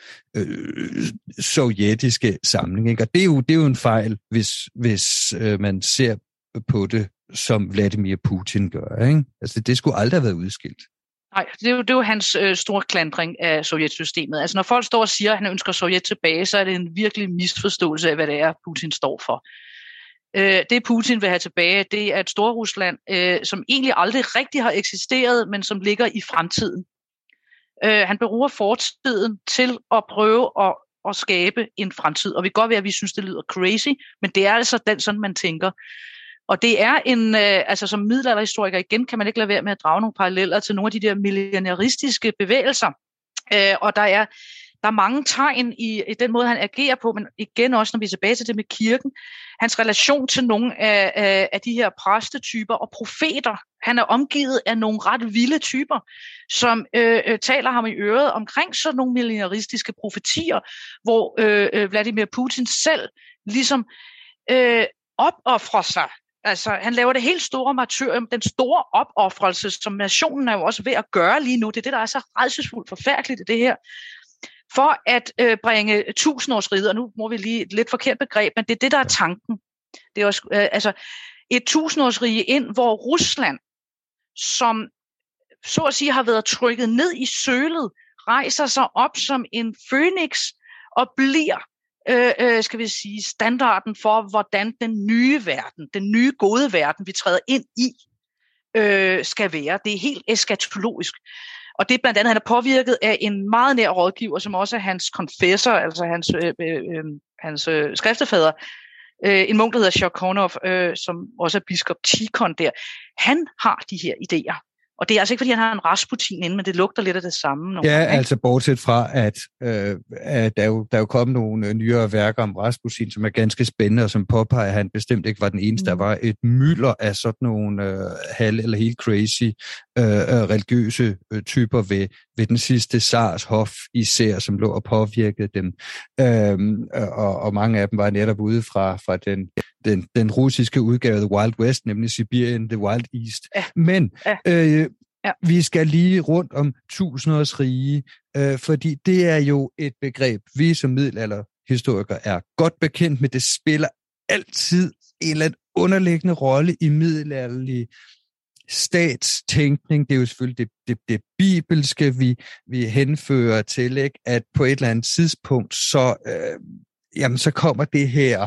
sovjetiske samling. Ikke? Og det er jo en fejl, hvis man ser på det, som Vladimir Putin gør. Ikke? Altså, det skulle aldrig have været udskilt. Nej, det er jo hans store klandring af sovjetsystemet. Altså, når folk står og siger, at han ønsker Sovjet tilbage, så er det en virkelig misforståelse af, hvad det er, Putin står for. Det Putin vil have tilbage, det er et Storrusland, som egentlig aldrig rigtig har eksisteret, men som ligger i fremtiden. Han bruger fortiden til at prøve at skabe en fremtid. Og vi kan godt være, at vi synes, det lyder crazy, men det er altså sådan, man tænker. Og det er som middelalderhistoriker igen, kan man ikke lade være med at drage nogle paralleller til nogle af de der millionæristiske bevægelser. Og der er mange tegn i den måde, han agerer på, men igen også, når vi er tilbage til det med kirken, hans relation til nogle af de her præstetyper og profeter. Han er omgivet af nogle ret vilde typer, som taler ham i øret omkring sådan nogle millionæristiske profetier, hvor Vladimir Putin selv ligesom opoffrer sig. Altså, han laver det helt store martyrium, den store opoffrelse, som nationen er jo også ved at gøre lige nu. Det er det, der er så rædselsfuldt forfærdeligt i det her. For at bringe tusindårsriget, og nu må vi lige et lidt forkert begreb, men det er det, der er tanken. Det er også, et tusindårsrige ind, hvor Rusland, som så at sige har været trykket ned i sølet, rejser sig op som en fønix og bliver skal vi sige, standarden for, hvordan den nye verden, den nye gode verden, vi træder ind i, skal være. Det er helt eskatologisk. Og det er blandt andet, han er påvirket af en meget nær rådgiver, som også er hans konfessor, altså hans skriftefader, en munk, der hedder Sharkonov, som også er biskop Tikhon der. Han har de her idéer. Og det er altså ikke, fordi han har en Rasputin inde, men det lugter lidt af det samme. Ja, altså bortset fra, at der er jo kommet nogle nyere værker om Rasputin, som er ganske spændende, og som påpeger, at han bestemt ikke var den eneste. Der var et mylder af sådan nogle halv- eller helt crazy religiøse typer ved den sidste Tsars hof især, som lå og påvirkede dem. Og mange af dem var netop ude fra den russiske udgave af The Wild West, nemlig Sibirien, The Wild East. Ja. Men vi skal lige rundt om 1000-årsrige, fordi det er jo et begreb, vi som middelalderhistorikere er godt bekendt med. Det spiller altid en eller anden underliggende rolle i middelalderlig statstænkning. Det er jo selvfølgelig det bibelske, vi henfører til, ikke? At på et eller andet tidspunkt, så kommer det her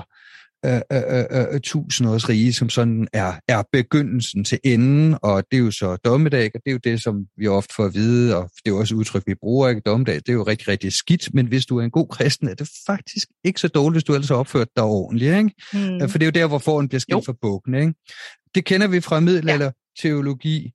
1000-årsrige, som sådan er begyndelsen til enden, og det er jo så dommedag, og det er jo det, som vi ofte får at vide, og det er jo også udtryk, vi bruger, ikke? Dommedag, det er jo rigtig, rigtig skidt, men hvis du er en god kristen, er det faktisk ikke så dårligt, hvis du ellers har opført dig ordentligt, ikke? For det er jo der, hvor foran bliver skilt fra bukken, ikke? Det kender vi fra middelalderteologi,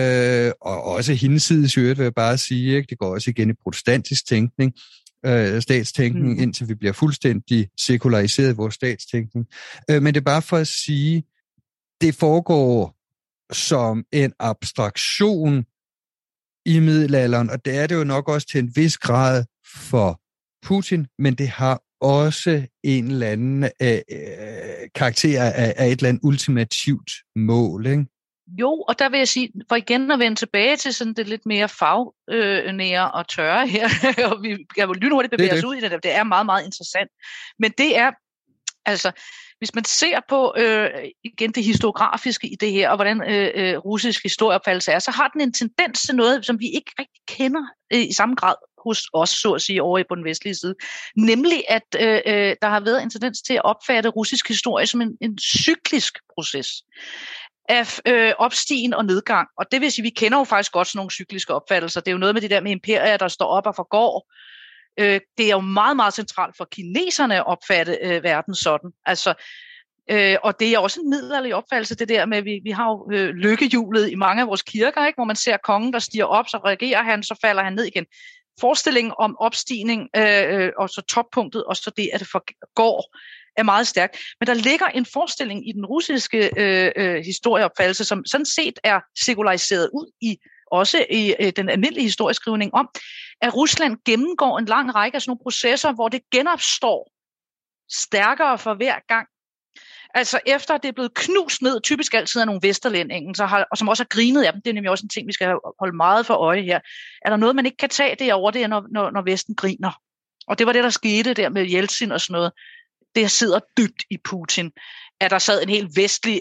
og også hinsides, vil jeg bare sige, ikke? Det går også igen i protestantisk tænkning, statstænkning, indtil vi bliver fuldstændig sekulariseret i vores statstænkning. Men det er bare for at sige, det foregår som en abstraktion i middelalderen, og det er det jo nok også til en vis grad for Putin, men det har også en eller anden karakter af et eller andet ultimativt mål, ikke? Jo, og der vil jeg sige, for igen at vende tilbage til sådan det lidt mere fagnære og tørre her, og vi kan jo lynhurtigt bevæge os ud i det, det er meget, meget interessant. Men det er, altså, hvis man ser på igen det historiografiske i det her, og hvordan russisk historieopfattelse er, så har den en tendens til noget, som vi ikke rigtig kender i samme grad hos os, så at sige, over på den vestlige side. Nemlig, at der har været en tendens til at opfatte russisk historie som en cyklisk proces af opstigen og nedgang. Og det vil sige, vi kender jo faktisk godt sådan nogle cykliske opfattelser. Det er jo noget med det der med imperier, der står op og forgår. Det er jo meget, meget centralt for kineserne at opfatte verden sådan. Altså, og det er også en middelalderlig opfattelse, det der med, vi har jo lykkehjulet i mange af vores kirker, ikke? Hvor man ser kongen, der stiger op, så reagerer han, så falder han ned igen. Forestillingen om opstigning, og så toppunktet, og så det, at det forgår, er meget stærk. Men der ligger en forestilling i den russiske historieopfattelse, som sådan set er sekulariseret ud også i den almindelige historieskrivning om, at Rusland gennemgår en lang række af sådan nogle processer, hvor det genopstår stærkere for hver gang. Altså efter at det er blevet knust ned, typisk altid af nogle vesterlændingen, og som også har grinet af dem, det er nemlig også en ting, vi skal holde meget for øje her. Er der noget, man ikke kan tage derovre, det er, når Vesten griner. Og det var det, der skete der med Jeltsin og sådan noget. Det sidder dybt i Putin, at der sad en helt vestlig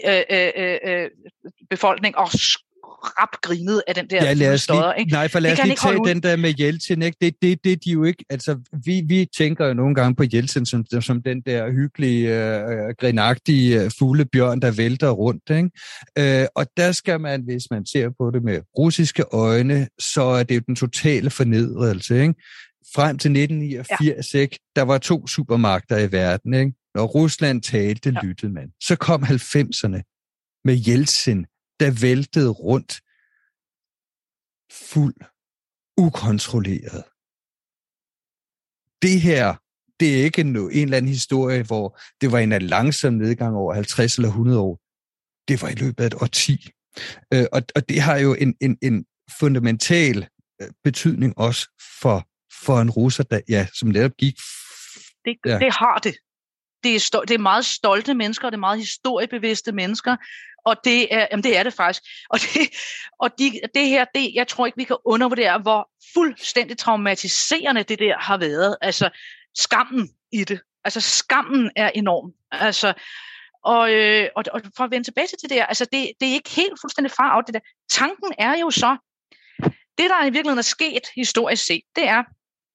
befolkning og grinede af den der stodder. Nej, for lad os lige tage den der med Jeltsin. Ikke? Det de jo ikke. Altså, vi tænker jo nogle gange på Jeltsin som den der hyggelige, grinagtige fuglebjørn, der vælter rundt. Ikke? Og der skal man, hvis man ser på det med russiske øjne, så er det jo den totale fornedrelse, ikke? Frem til 1989, ikke? Der var 2 supermagter i verden. Ikke? Når Rusland talte, lyttede man. Så kom 90'erne med Jeltsin, der væltede rundt fuld, ukontrolleret. Det her, det er ikke en eller anden historie, hvor det var en langsom nedgang over 50 eller 100 år. Det var i løbet af et årti. Og det har jo en fundamental betydning også for en russer, der, som netop gik... Det har det. Det er meget stolte mennesker, og det er meget historiebevidste mennesker, og det er det faktisk. Det her, jeg tror ikke, vi kan undervurdere, hvor fuldstændig traumatiserende det der har været. Altså, skammen i det. Altså, skammen er enorm. Altså, og for at vende tilbage til det der, altså, det er ikke helt fuldstændig far det der. Tanken er jo så, det der i virkeligheden er sket historisk set, det er,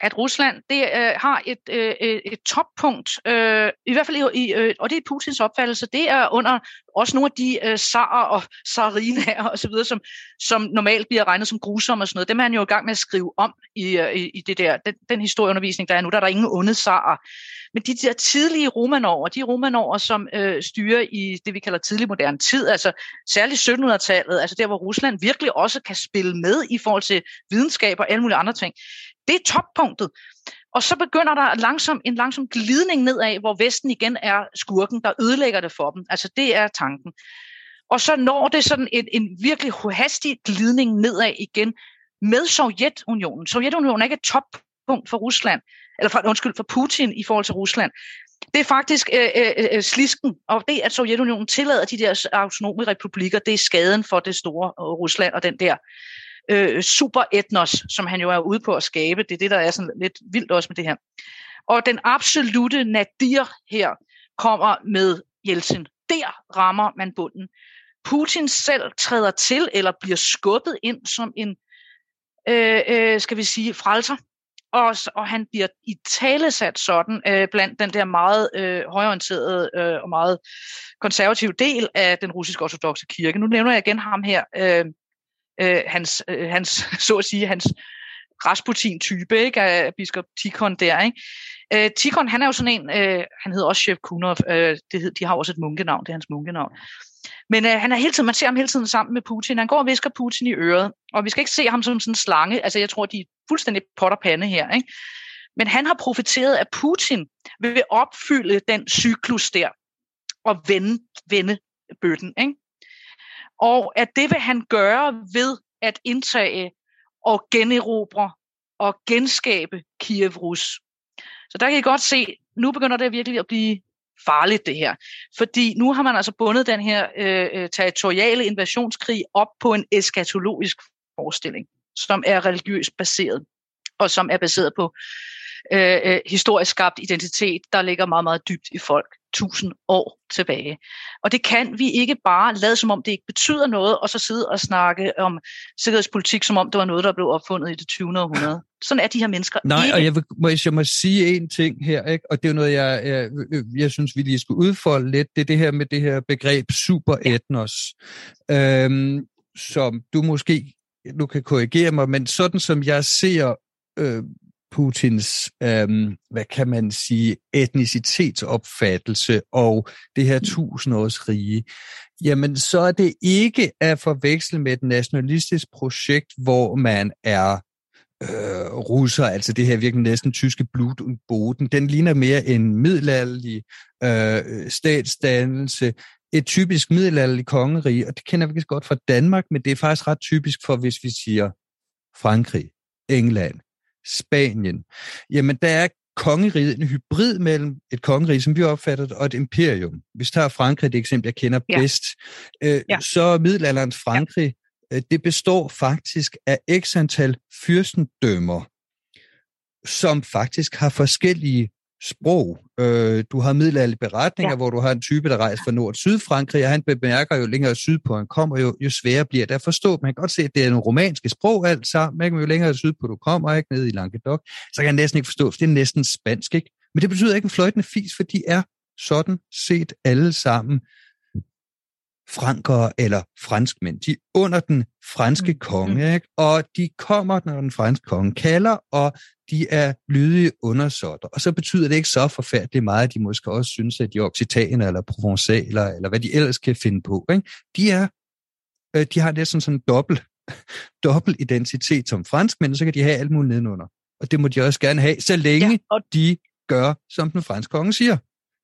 at Rusland har et toppunkt, i hvert fald og det er Putins opfattelse, det er under også nogle af de zarer og tsarinaer og så videre, som normalt bliver regnet som grusomme og sådan noget. Dem er han jo i gang med at skrive om i det der, den historieundervisning, der er nu. Der er der ingen onde zarer. Men de der tidlige Romanover, som styrer i det, vi kalder tidlig moderne tid, altså særligt 1700-tallet, altså der, hvor Rusland virkelig også kan spille med i forhold til videnskab og alle mulige andre ting. Det er toppunktet. Og så begynder der en langsom glidning nedad, hvor Vesten igen er skurken, der ødelægger det for dem. Altså det er tanken. Og så når det sådan en virkelig hastig glidning nedad igen med Sovjetunionen. Sovjetunionen er ikke et toppunkt for Rusland, eller for Putin i forhold til Rusland. Det er faktisk slisken, og det, at Sovjetunionen tillader de der autonome republikker, det er skaden for det store Rusland og den der superetnos, som han jo er ude på at skabe. Det er det, der er sådan lidt vildt også med det her. Og den absolute nadir her kommer med Jeltsin. Der rammer man bunden. Putin selv træder til, eller bliver skubbet ind som en, skal vi sige, frelser. Og han bliver i talesat sådan blandt den der meget højorienterede og meget konservative del af den russisk-ortodokse kirke. Nu nævner jeg igen ham her, hans så at sige, hans Rasputin-type, ikke, af biskop Tikhon der, ikke? Tikhon, han er jo sådan en, han hedder også Shevkunov, de har også et munkenavn, det er hans munkenavn. Men man ser ham hele tiden sammen med Putin. Han går og visker Putin i øret, og vi skal ikke se ham som sådan en slange. Altså, jeg tror, de er fuldstændig pot og pande her, ikke? Men han har profeteret, at Putin vil opfylde den cyklus der og vende bøtten, ikke? Og at det vil han gøre ved at indtage og generobre og genskabe Kiev Rus. Så der kan I godt se, nu begynder det virkelig at blive farligt det her. Fordi nu har man altså bundet den her territoriale invasionskrig op på en eskatologisk forestilling, som er religiøst baseret, og som er baseret på historisk skabt identitet, der ligger meget, meget dybt i folk 1000 år tilbage. Og det kan vi ikke bare lade, som om det ikke betyder noget, og så sidde og snakke om sikkerhedspolitik, som om det var noget, der blev opfundet i det 20. århundrede. Sådan er de her mennesker ikke. Og jeg må sige en ting her, ikke? Og det er jo noget, jeg synes, vi lige skulle udfolde lidt. Det er det her med det her begreb superetnos, som du måske nu kan korrigere mig, men sådan som jeg ser Putins, hvad kan man sige, etnicitetsopfattelse og det her 1000-årsrige, jamen så er det ikke at forveksle med et nationalistisk projekt, hvor man er russer, altså det her virkelig næsten tyske Blut und Boden. Den ligner mere en middelalderlig statsdannelse, et typisk middelalderligt kongerige, og det kender vi godt fra Danmark, men det er faktisk ret typisk for, hvis vi siger Frankrig, England, Spanien. Jamen, der er kongeriget en hybrid mellem et kongerige, som vi opfatter det, og et imperium. Hvis vi tager Frankrig, det eksempel, jeg kender bedst, så middelalderens Frankrig, det består faktisk af x antal fyrstendømmer, som faktisk har forskellige sprog. Du har middelalderlige beretninger, hvor du har en type, der rejser fra nord til sydfrankrig, og han bemærker jo længere sydpå han kommer, jo sværere bliver det at forstå. Man kan godt se, at det er nogle romanske sprog alt sammen, ikke? Men jo længere sydpå du kommer, ikke, nede i Languedoc, så kan jeg næsten ikke forstå, for det er næsten spansk, ikke? Men det betyder ikke en fløjtende fis, for de er sådan set alle sammen frankere eller franskmænd. De er under den franske konge, ikke? Og de kommer, når den franske konge kalder, og de er lydige undersåtter. Og så betyder det ikke så forfærdeligt meget, at de måske også synes, at de er occitaner eller provençaler, eller hvad de ellers kan finde på, ikke? De har næsten sådan en dobbelt identitet som franskmænd, så kan de have alt muligt nedenunder. Og det må de også gerne have, så længe de gør, som den franske konge siger.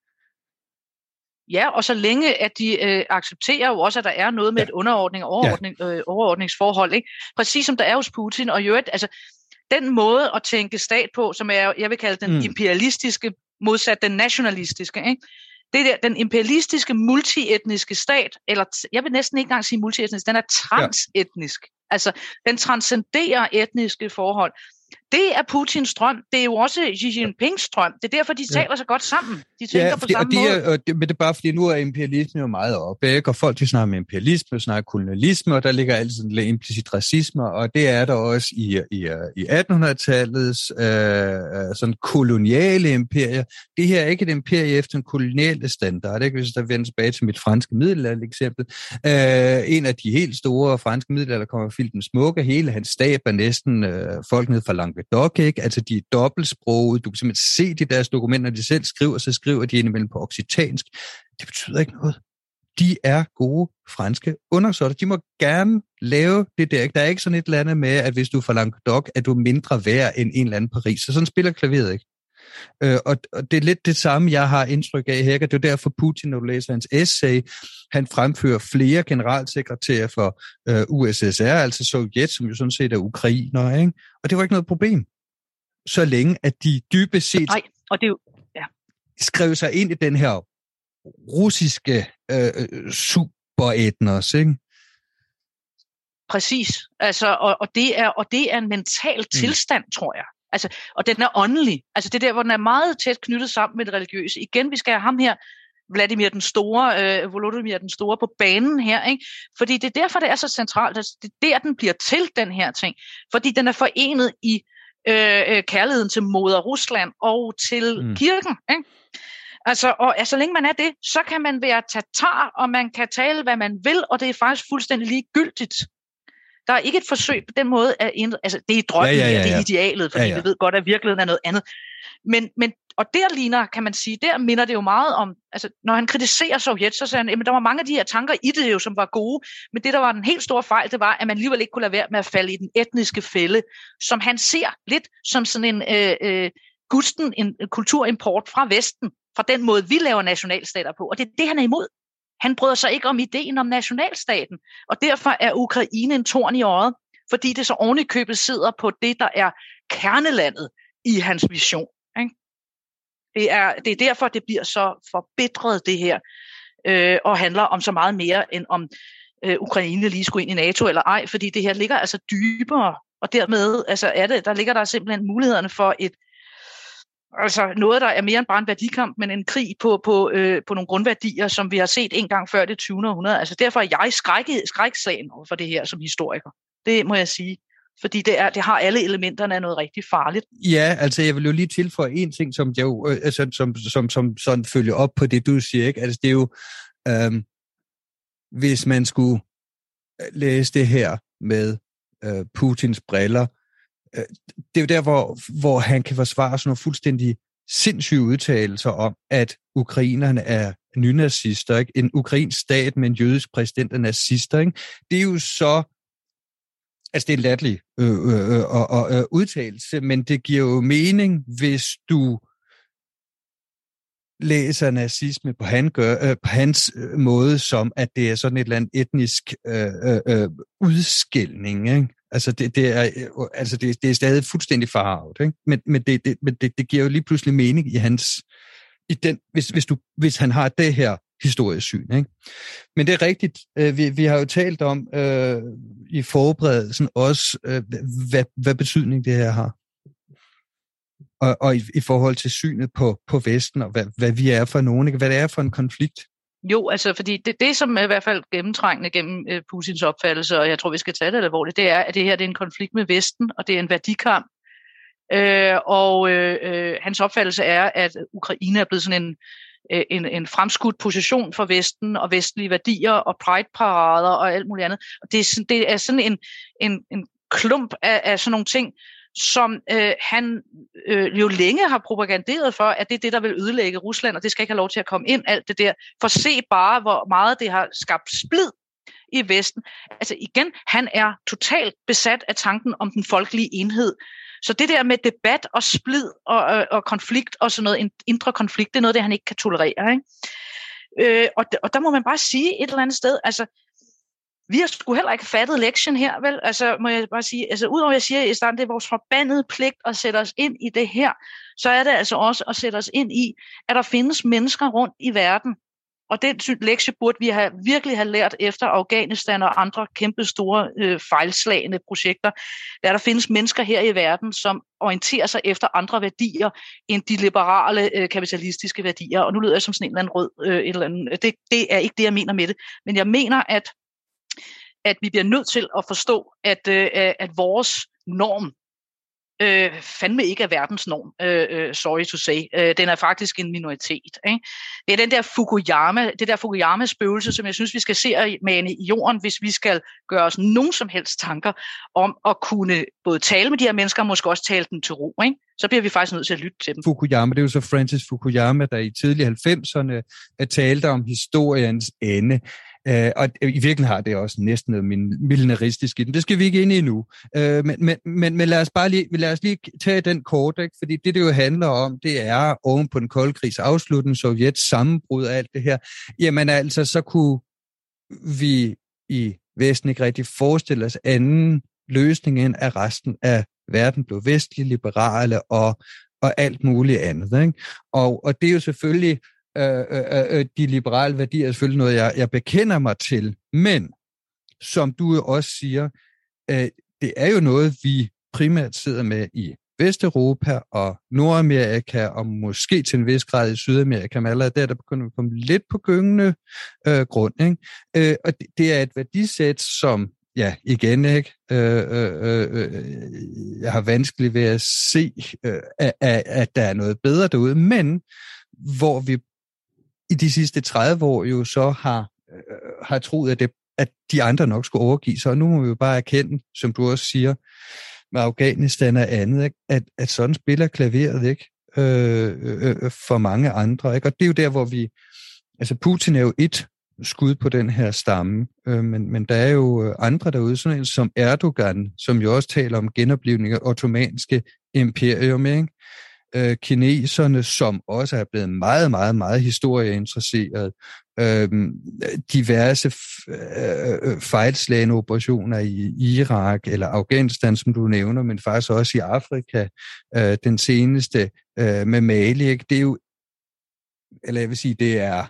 Ja, og så længe at de accepterer jo også, at der er noget med et overordningsforhold, ikke? Præcis som der er hos Putin, og jo altså den måde at tænke stat på, som er, jeg vil kalde den imperialistiske, modsat den nationalistiske, ikke? Det der, den imperialistiske multietniske stat, eller jeg vil næsten ikke engang sige multietnisk, den er transetnisk. Altså, den transcenderer etniske forhold. det er Putins drøm. Det er jo også Xi Jinpings drøm. Det er derfor, de taler så godt sammen. De tænker på samme måde. Men det er bare fordi, nu er imperialisme jo meget oppe, ikke? Og folk, de snakker med imperialisme, snakker kolonialisme, og der ligger altid sådan lidt implicit racisme, og det er der også i 1800-tallets sådan koloniale imperier. Det her er ikke et imperie efter en koloniale standard, ikke? Hvis der vender tilbage til mit franske middelalder eksempel. En af de helt store franske middelalder kommer Philip den Smukke. Hele hans stab er næsten folk ned fra Languedoc, ikke? Altså, de er dobbeltsprogede. Du kan simpelthen se de deres dokumenter, når de selv skriver, så skriver de indimellem på occitansk. Det betyder ikke noget. De er gode franske undersåtter. De må gerne lave det der. Der er ikke sådan et eller andet med, at hvis du er fra Languedoc, er du mindre værd end en eller anden Paris. Så sådan spiller klaveret ikke. Og det er lidt det samme, jeg har indtryk af her. Det er derfor Putin, når du læser hans essay, han fremfører flere generalsekretærer for USSR, altså Sovjet, som jo sådan set er ukrainer, ikke? Og det var ikke noget problem, så længe at de dybest set skrev sig ind i den her russiske superetnos, ikke? Præcis. Altså, og det er en mental tilstand, tror jeg. Altså, og den er åndelig. Altså, det der, hvor den er meget tæt knyttet sammen med det religiøse. Igen, vi skal have ham her, Volodymyr den Store på banen her, ikke? Fordi det er derfor, det er så centralt. Altså, det er der, den bliver til, den her ting. Fordi den er forenet i kærligheden til moder Rusland og til kirken, ikke? Altså, og så længe man er det, så kan man være tatar, og man kan tale, hvad man vil, og det er faktisk fuldstændig ligegyldigt. Der er ikke et forsøg på den måde, altså det er drømmen, det er idealet, fordi vi ved godt, at virkeligheden er noget andet. Men og der ligner, kan man sige, der minder det jo meget om, altså når han kritiserer Sovjet, så siger han, at der var mange af de her tanker i det jo, som var gode, men det, der var den helt store fejl, det var, at man alligevel ikke kunne lade være med at falde i den etniske fælde, som han ser lidt som sådan en kulturimport fra Vesten, fra den måde, vi laver nationalstater på, og det er det, han er imod. Han bryder sig ikke om ideen om nationalstaten, og derfor er Ukraine en torn i øjet, fordi det så ovenikøbet sidder på det, der er kernelandet i hans vision. Ikke? Det er derfor, det bliver så forbitret, det her, og handler om så meget mere, end om Ukraine lige skulle ind i NATO eller ej, fordi det her ligger altså dybere, og dermed altså der ligger der simpelthen mulighederne for altså noget, der er mere end bare en værdikamp, men en krig på nogle grundværdier, som vi har set en gang før det 20. århundrede. Altså derfor er jeg skrækslagen over for det her som historiker. Det må jeg sige. Fordi det har alle elementerne af noget rigtig farligt. Ja, altså jeg vil jo lige tilføje en ting, som jeg jo, altså, som sådan følger op på det, du siger, ikke? Altså det er jo, hvis man skulle læse det her med Putins briller, det er jo der, hvor han kan forsvare sådan nogle fuldstændig sindssyge udtalelser om, at ukrainerne er nynazister, ikke? En ukrainsk stat med en jødisk præsident er nazister, ikke? Det er jo så, altså det er en latterlig udtalelse, men det giver jo mening, hvis du læser nazisme på hans måde, som at det er sådan et eller andet etnisk udskilning, ikke? Altså det er stadig fuldstændig farvet, ikke? Men det giver jo lige pludselig mening i hans hvis han har det her historiesyn, ikke? Men det er rigtigt. Vi har jo talt om i forberedelsen også hvad betydning det her har. Og i forhold til synet på Vesten og hvad vi er for nogen, ikke? Hvad det er for en konflikt. Jo, altså fordi det som er i hvert fald gennemtrængende gennem Putins opfattelse, og jeg tror, vi skal tage det alvorligt, det er, at det her det er en konflikt med Vesten, og det er en værdikamp. Hans opfattelse er, at Ukraine er blevet sådan en fremskudt position for Vesten og vestlige værdier og pride-parader og alt muligt andet. Og det er sådan en klump af sådan nogle ting, som han jo længe har propaganderet for, at det er det, der vil ødelægge Rusland, og det skal ikke have lov til at komme ind, alt det der. For se bare, hvor meget det har skabt splid i Vesten. Altså igen, han er totalt besat af tanken om den folkelige enhed. Så det der med debat og splid og konflikt og sådan noget, en indre konflikt, det er noget, det han ikke kan tolerere, ikke? Og der må man bare sige et eller andet sted, altså, vi har sgu heller ikke fattet lektion her, vel? Altså, må jeg bare sige, altså, udover at jeg siger i starten, det er vores forbandede pligt at sætte os ind i det her, så er det altså også at sætte os ind i, at der findes mennesker rundt i verden, og den lektie burde vi virkelig have lært efter Afghanistan og andre kæmpe store fejlslagende projekter, der findes mennesker her i verden, som orienterer sig efter andre værdier end de liberale kapitalistiske værdier. Og nu lyder jeg som sådan en eller anden rød et eller andet. Det er ikke det, jeg mener med det. Men jeg mener, at vi bliver nødt til at forstå, at vores norm fandme ikke er verdens norm, sorry to say. Den er faktisk en minoritet. Ikke? Det er den der Fukuyama-spøgelse, som jeg synes, vi skal se mane i jorden, hvis vi skal gøre os nogen som helst tanker om at kunne både tale med de her mennesker, og måske også tale dem til ro. Ikke? Så bliver vi faktisk nødt til at lytte til dem. Fukuyama, det er jo så Francis Fukuyama, der i tidlige 90'erne talte om historiens ende. Og i virkeligheden har det også næsten noget militaristisk i den. Det skal vi ikke ind i nu. Men lad os lige tage den kort, ikke? Fordi det jo handler om, det er oven på den kolde krigs afslutning, Sovjets sammenbrud og alt det her. Jamen altså, så kunne vi i Vesten ikke rigtig forestille os anden løsning end, at resten af verden blev vestlig, liberale og alt muligt andet. Ikke? Og det er jo selvfølgelig de liberale værdier er selvfølgelig noget, jeg bekender mig til, men som du jo også siger, det er jo noget, vi primært sidder med i Vesteuropa og Nordamerika, og måske til en vis grad i Sydamerika, men allerede der begynder vi at komme lidt på gyngende grund. Ikke? Og det er et værdisæt, som, ja, igen, ikke? Jeg har vanskeligt ved at se, at der er noget bedre derude, men hvor vi i de sidste 30 år jo så har troet, at de andre nok skulle overgive sig, og nu må vi jo bare erkende, som du også siger, med Afghanistan og andet, ikke? At sådan spiller klaveret ikke for mange andre. Ikke? Og det er jo der, hvor altså Putin er jo et skud på den her stamme, men der er jo andre derude, sådan en som Erdogan, som jo også taler om genoplivning af ottomanske imperium, ikke? Kineserne, som også er blevet meget, meget, meget historieinteresseret, diverse fejlslagne operationer i Irak eller Afghanistan, som du nævner, men faktisk også i Afrika, den seneste med Mali. Ikke? Det er jo, eller jeg vil sige, det er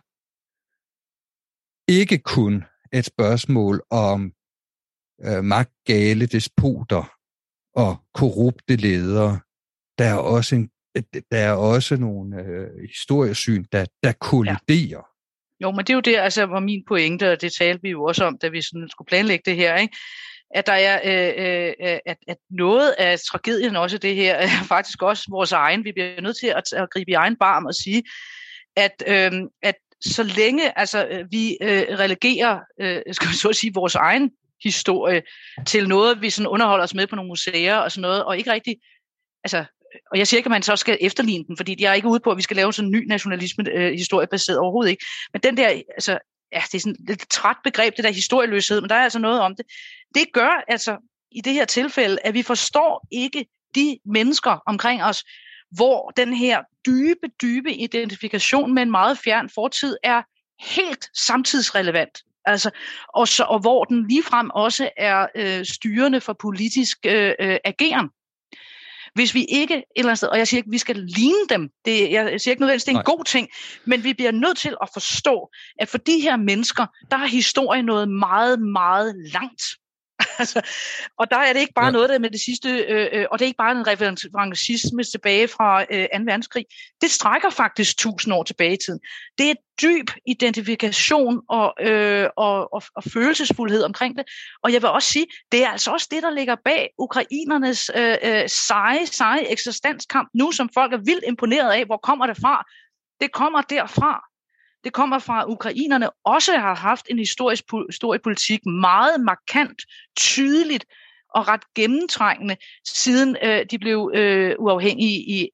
ikke kun et spørgsmål om magtgale despoter og korrupte ledere. Der er også nogle historiesyn, der kolliderer. Ja. Jo, men det er jo det, altså var min pointe, og det talte vi jo også om, da vi sådan skulle planlægge det her, ikke? At der er, at noget af tragedien også det her, er faktisk også vores egen. Vi bliver nødt til at gribe i egen barm og sige, at så længe altså, vi relegerer, skal vi så sige, vores egen historie til noget, vi sådan underholder os med på nogle museer og sådan noget, og ikke rigtig, altså, og jeg siger ikke, at man så skal efterligne den, fordi jeg er ikke ude på, at vi skal lave sådan en ny nationalisme-historie baseret overhovedet ikke. Men den der, altså, ja, det er sådan et træt begreb, det der historieløshed, men der er altså noget om det. Det gør altså i det her tilfælde, at vi forstår ikke de mennesker omkring os, hvor den her dybe identifikation med en meget fjern fortid er helt samtidsrelevant. Altså, og hvor den ligefrem også er styrende for politisk ageren. Hvis vi ikke et eller andet sted, og jeg siger ikke, at vi skal ligne dem, jeg siger ikke nødvendigvis, det er en god ting, men vi bliver nødt til at forstå, at for de her mennesker, der er historien noget meget, meget langt. Altså, og der er det ikke bare noget der med det sidste, og det er ikke bare en revanchisme tilbage fra 2. verdenskrig. Det strækker faktisk 1000 år tilbage i tiden. Det er dyb identifikation og følelsesfuldhed omkring det. Og jeg vil også sige, det er altså også det, der ligger bag ukrainernes seje eksistenskamp nu, som folk er vildt imponeret af. Hvor kommer det fra? Det kommer derfra. Det kommer fra, at ukrainerne også har haft en historiepolitik meget markant, tydeligt og ret gennemtrængende, siden de blev uafhængige i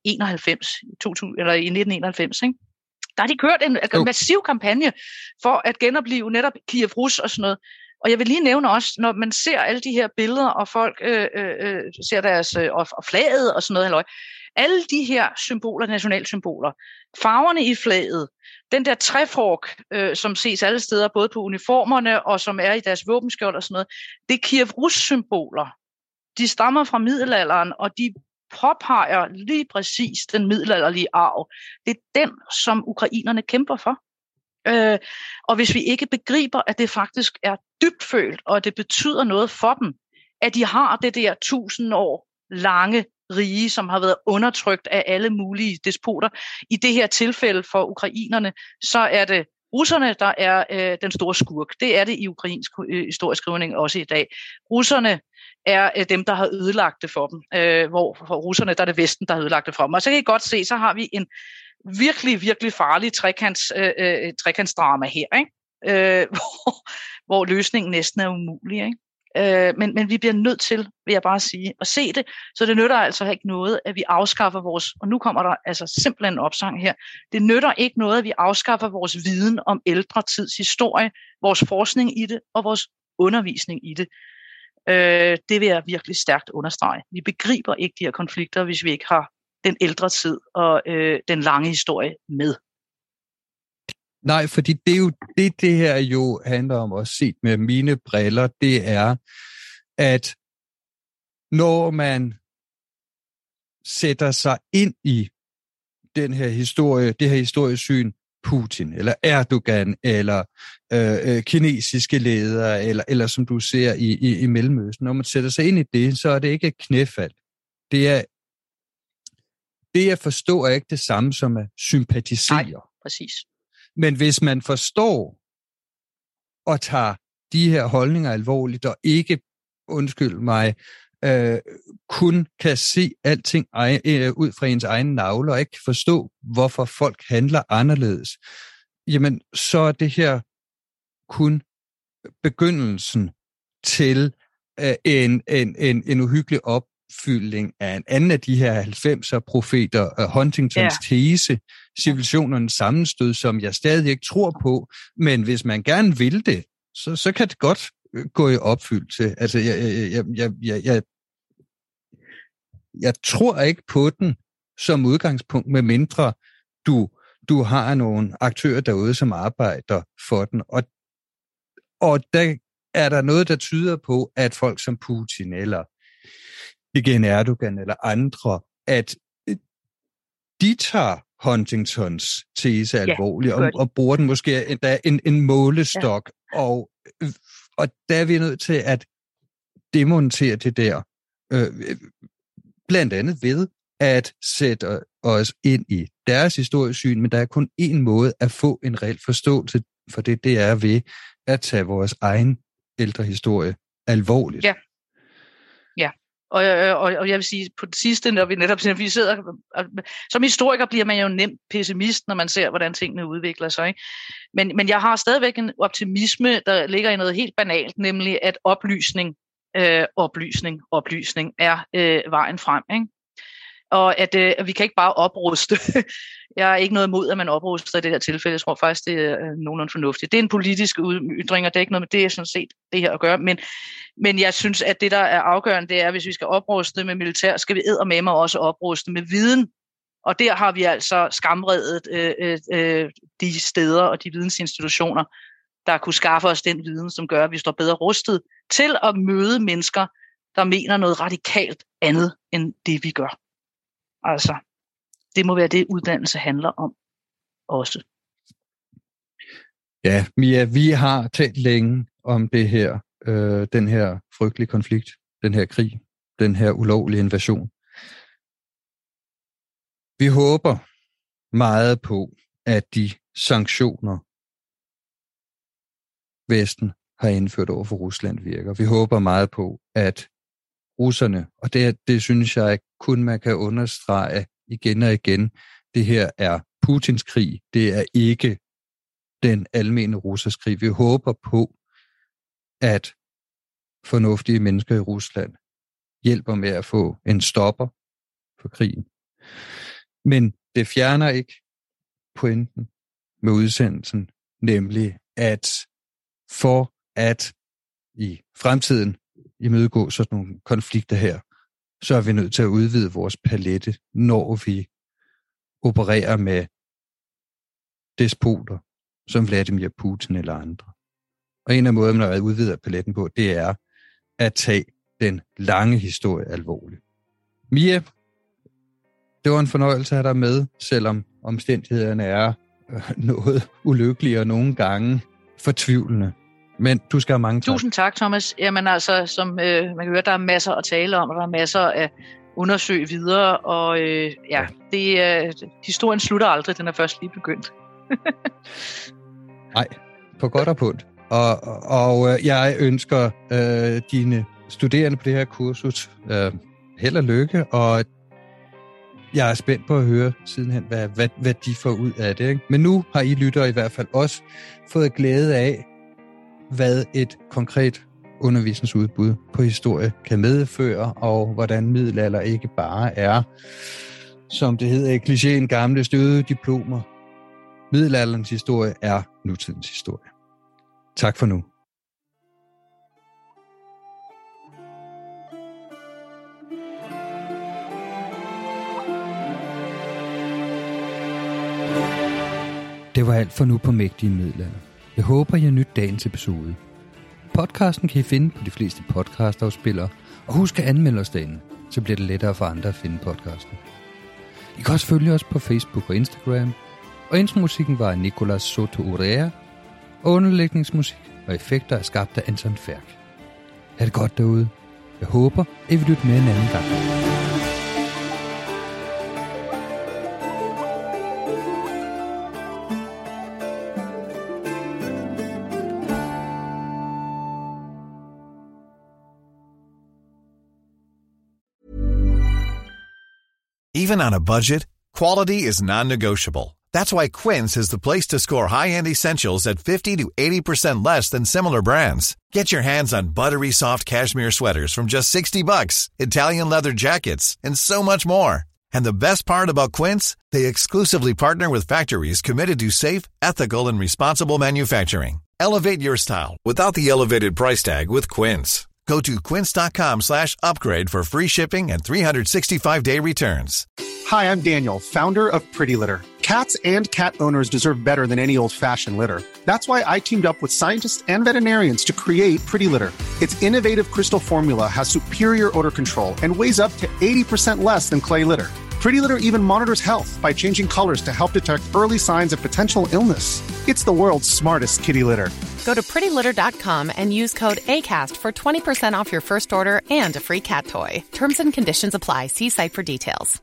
1991. Ikke? Der har de kørt en massiv kampagne for at genopleve netop Kiev Rus og sådan noget. Og jeg vil lige nævne også, når man ser alle de her billeder, og folk ser deres og flaget og sådan noget, halløj, alle de her symboler, nationalsymboler, farverne i flaget, den der træfork, som ses alle steder, både på uniformerne og som er i deres våbenskjold og sådan noget, det er Kiev Rus-symboler. De stammer fra middelalderen, og de påpeger lige præcis den middelalderlige arv. Det er den, som ukrainerne kæmper for. Og hvis vi ikke begriber, at det faktisk er dybtfølt, og at det betyder noget for dem, at de har det der 1000 år lange rige, som har været undertrykt af alle mulige despoter. I det her tilfælde for ukrainerne, så er det russerne, der er den store skurk. Det er det i ukrainsk historieskrivning også i dag. Russerne er dem, der har ødelagt det for dem, hvor for russerne, der er det Vesten, der har ødelagt det for dem. Og så kan I godt se, så har vi en virkelig, virkelig farlig trekantsdrama her, ikke? Hvor løsningen næsten er umulig, ikke? Men vi bliver nødt til, vil jeg bare sige, at se det, så det nytter altså ikke noget, at vi afskaffer vores, og nu kommer der altså simpelthen en opsang her, det nytter ikke noget, at vi afskaffer vores viden om ældre tids historie, vores forskning i det, og vores undervisning i det. Det vil jeg virkelig stærkt understrege. Vi begriber ikke de her konflikter, hvis vi ikke har den ældre tid og den lange historie med. Nej, fordi det er jo det her jo handler om, også set med mine briller, det er, at når man sætter sig ind i den her historie, det her historiesyn, Putin, eller Erdogan, eller kinesiske ledere, eller som du ser i Mellemøsten, når man sætter sig ind i det, så er det ikke et knæfald. Det at forstå er ikke det samme som at sympatisere. Nej, præcis. Men hvis man forstår og tager de her holdninger alvorligt, og ikke, undskyld mig, kun kan se alting ud fra ens egen navle, og ikke kan forstå, hvorfor folk handler anderledes, jamen så er det her kun begyndelsen til en uhyggelig opfyldning af en anden af de her 90'er profeter, Huntingtons tese, civilisationernes sammenstød, som jeg stadig ikke tror på, men hvis man gerne vil det, så kan det godt gå i opfyldelse. Altså, jeg tror ikke på den som udgangspunkt, med mindre du har nogle aktører derude, som arbejder for den. Og der er der noget, der tyder på, at folk som Putin, eller igen Erdogan, eller andre, at de tager Huntingtons tese alvorligt, og bruger den måske endda en målestok, og der er vi nødt til at demontere det der, blandt andet ved at sætte os ind i deres historiesyn, men der er kun én måde at få en reel forståelse for det, det er ved at tage vores egen ældre historie alvorligt. Ja. Og jeg vil sige, på det sidste, når vi netop sidder, som historiker bliver man jo nemt pessimist, når man ser, hvordan tingene udvikler sig. Ikke? Men jeg har stadigvæk en optimisme, der ligger i noget helt banalt, nemlig at oplysning er vejen frem. Ikke? Og at vi kan ikke bare opruste. Jeg er ikke noget imod, at man opruster i det her tilfælde. Jeg tror faktisk, det er nogenlunde fornuftigt. Det er en politisk ytring, og det er ikke noget med det, sådan set, det her at gøre. Men jeg synes, at det, der er afgørende, det er, at hvis vi skal opruste med militær, skal vi eddermame også opruste med viden. Og der har vi altså skamredet de steder og de vidensinstitutioner, der kunne skaffe os den viden, som gør, at vi står bedre rustet til at møde mennesker, der mener noget radikalt andet end det, vi gør. Altså, det må være det, uddannelse handler om også. Ja, Mia, vi har talt længe om det her, den her frygtelige konflikt, den her krig, den her ulovlige invasion. Vi håber meget på, at de sanktioner, Vesten har indført over for Rusland, virker. Vi håber meget på, at russerne, og det synes jeg kun man kan understrege igen og igen, det her er Putins krig, det er ikke den almene russers krig. Vi håber på, at fornuftige mennesker i Rusland hjælper med at få en stopper for krigen. Men det fjerner ikke pointen med udsendelsen, nemlig at for at i fremtiden imødegå sådan nogle konflikter her, så er vi nødt til at udvide vores palette, når vi opererer med despoter, som Vladimir Putin eller andre. Og en af måderne at udvide paletten på, det er at tage den lange historie alvorligt. Mia, det var en fornøjelse at have dig med, selvom omstændighederne er noget ulykkelige og nogle gange fortvivlende. Men du skal have mange tak. Tusind tak, Thomas. Jamen altså, som man kan høre, der er masser at tale om, og der er masser at undersøge videre, og historien slutter aldrig, den er først lige begyndt. Nej, på godt og punkt. Og jeg ønsker dine studerende på det her kursus held og lykke, og jeg er spændt på at høre sidenhen, hvad de får ud af det. Ikke? Men nu har I lyttere i hvert fald også fået glæde af, hvad et konkret undervisningsudbud på historie kan medføre, og hvordan middelalder ikke bare er, som det hedder i klichéen, gamle støde diplomer. Middelalderens historie er nutidens historie. Tak for nu. Det var alt for nu på Mægtige Middelalder. Jeg håber, I har nydt dagens episode. Podcasten kan I finde på de fleste podcastafspillere, og husk at anmelde os derinde, så bliver det lettere for andre at finde podcasten. I kan også følge os på Facebook og Instagram, og intromusikken var af Nicolas Soto Urea, og underlægningsmusik og effekter er skabt af Anton Færk. Ha' det godt derude. Jeg håber, at I vil lytte med en anden gang. Even on a budget, quality is non-negotiable. That's why Quince is the place to score high-end essentials at 50 to 80% less than similar brands. Get your hands on buttery soft cashmere sweaters from just $60, Italian leather jackets, and so much more. And the best part about Quince, they exclusively partner with factories committed to safe, ethical, and responsible manufacturing. Elevate your style without the elevated price tag with Quince. Go to quince.com/upgrade for free shipping and 365-day returns. Hi, I'm Daniel, founder of Pretty Litter. Cats and cat owners deserve better than any old-fashioned litter. That's why I teamed up with scientists and veterinarians to create Pretty Litter. Its innovative crystal formula has superior odor control and weighs up to 80% less than clay litter. Pretty Litter even monitors health by changing colors to help detect early signs of potential illness. It's the world's smartest kitty litter. Go to prettylitter.com and use code ACAST for 20% off your first order and a free cat toy. Terms and conditions apply. See site for details.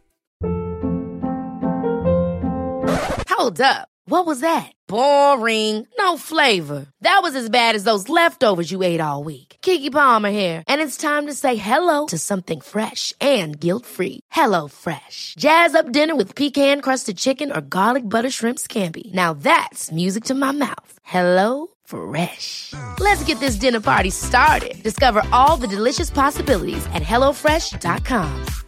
Hold up. What was that? Boring. No flavor. That was as bad as those leftovers you ate all week. Keke Palmer here, and it's time to say hello to something fresh and guilt-free. Hello Fresh. Jazz up dinner with pecan-crusted chicken or garlic butter shrimp scampi. Now that's music to my mouth. Hello Fresh. Let's get this dinner party started. Discover all the delicious possibilities at HelloFresh.com.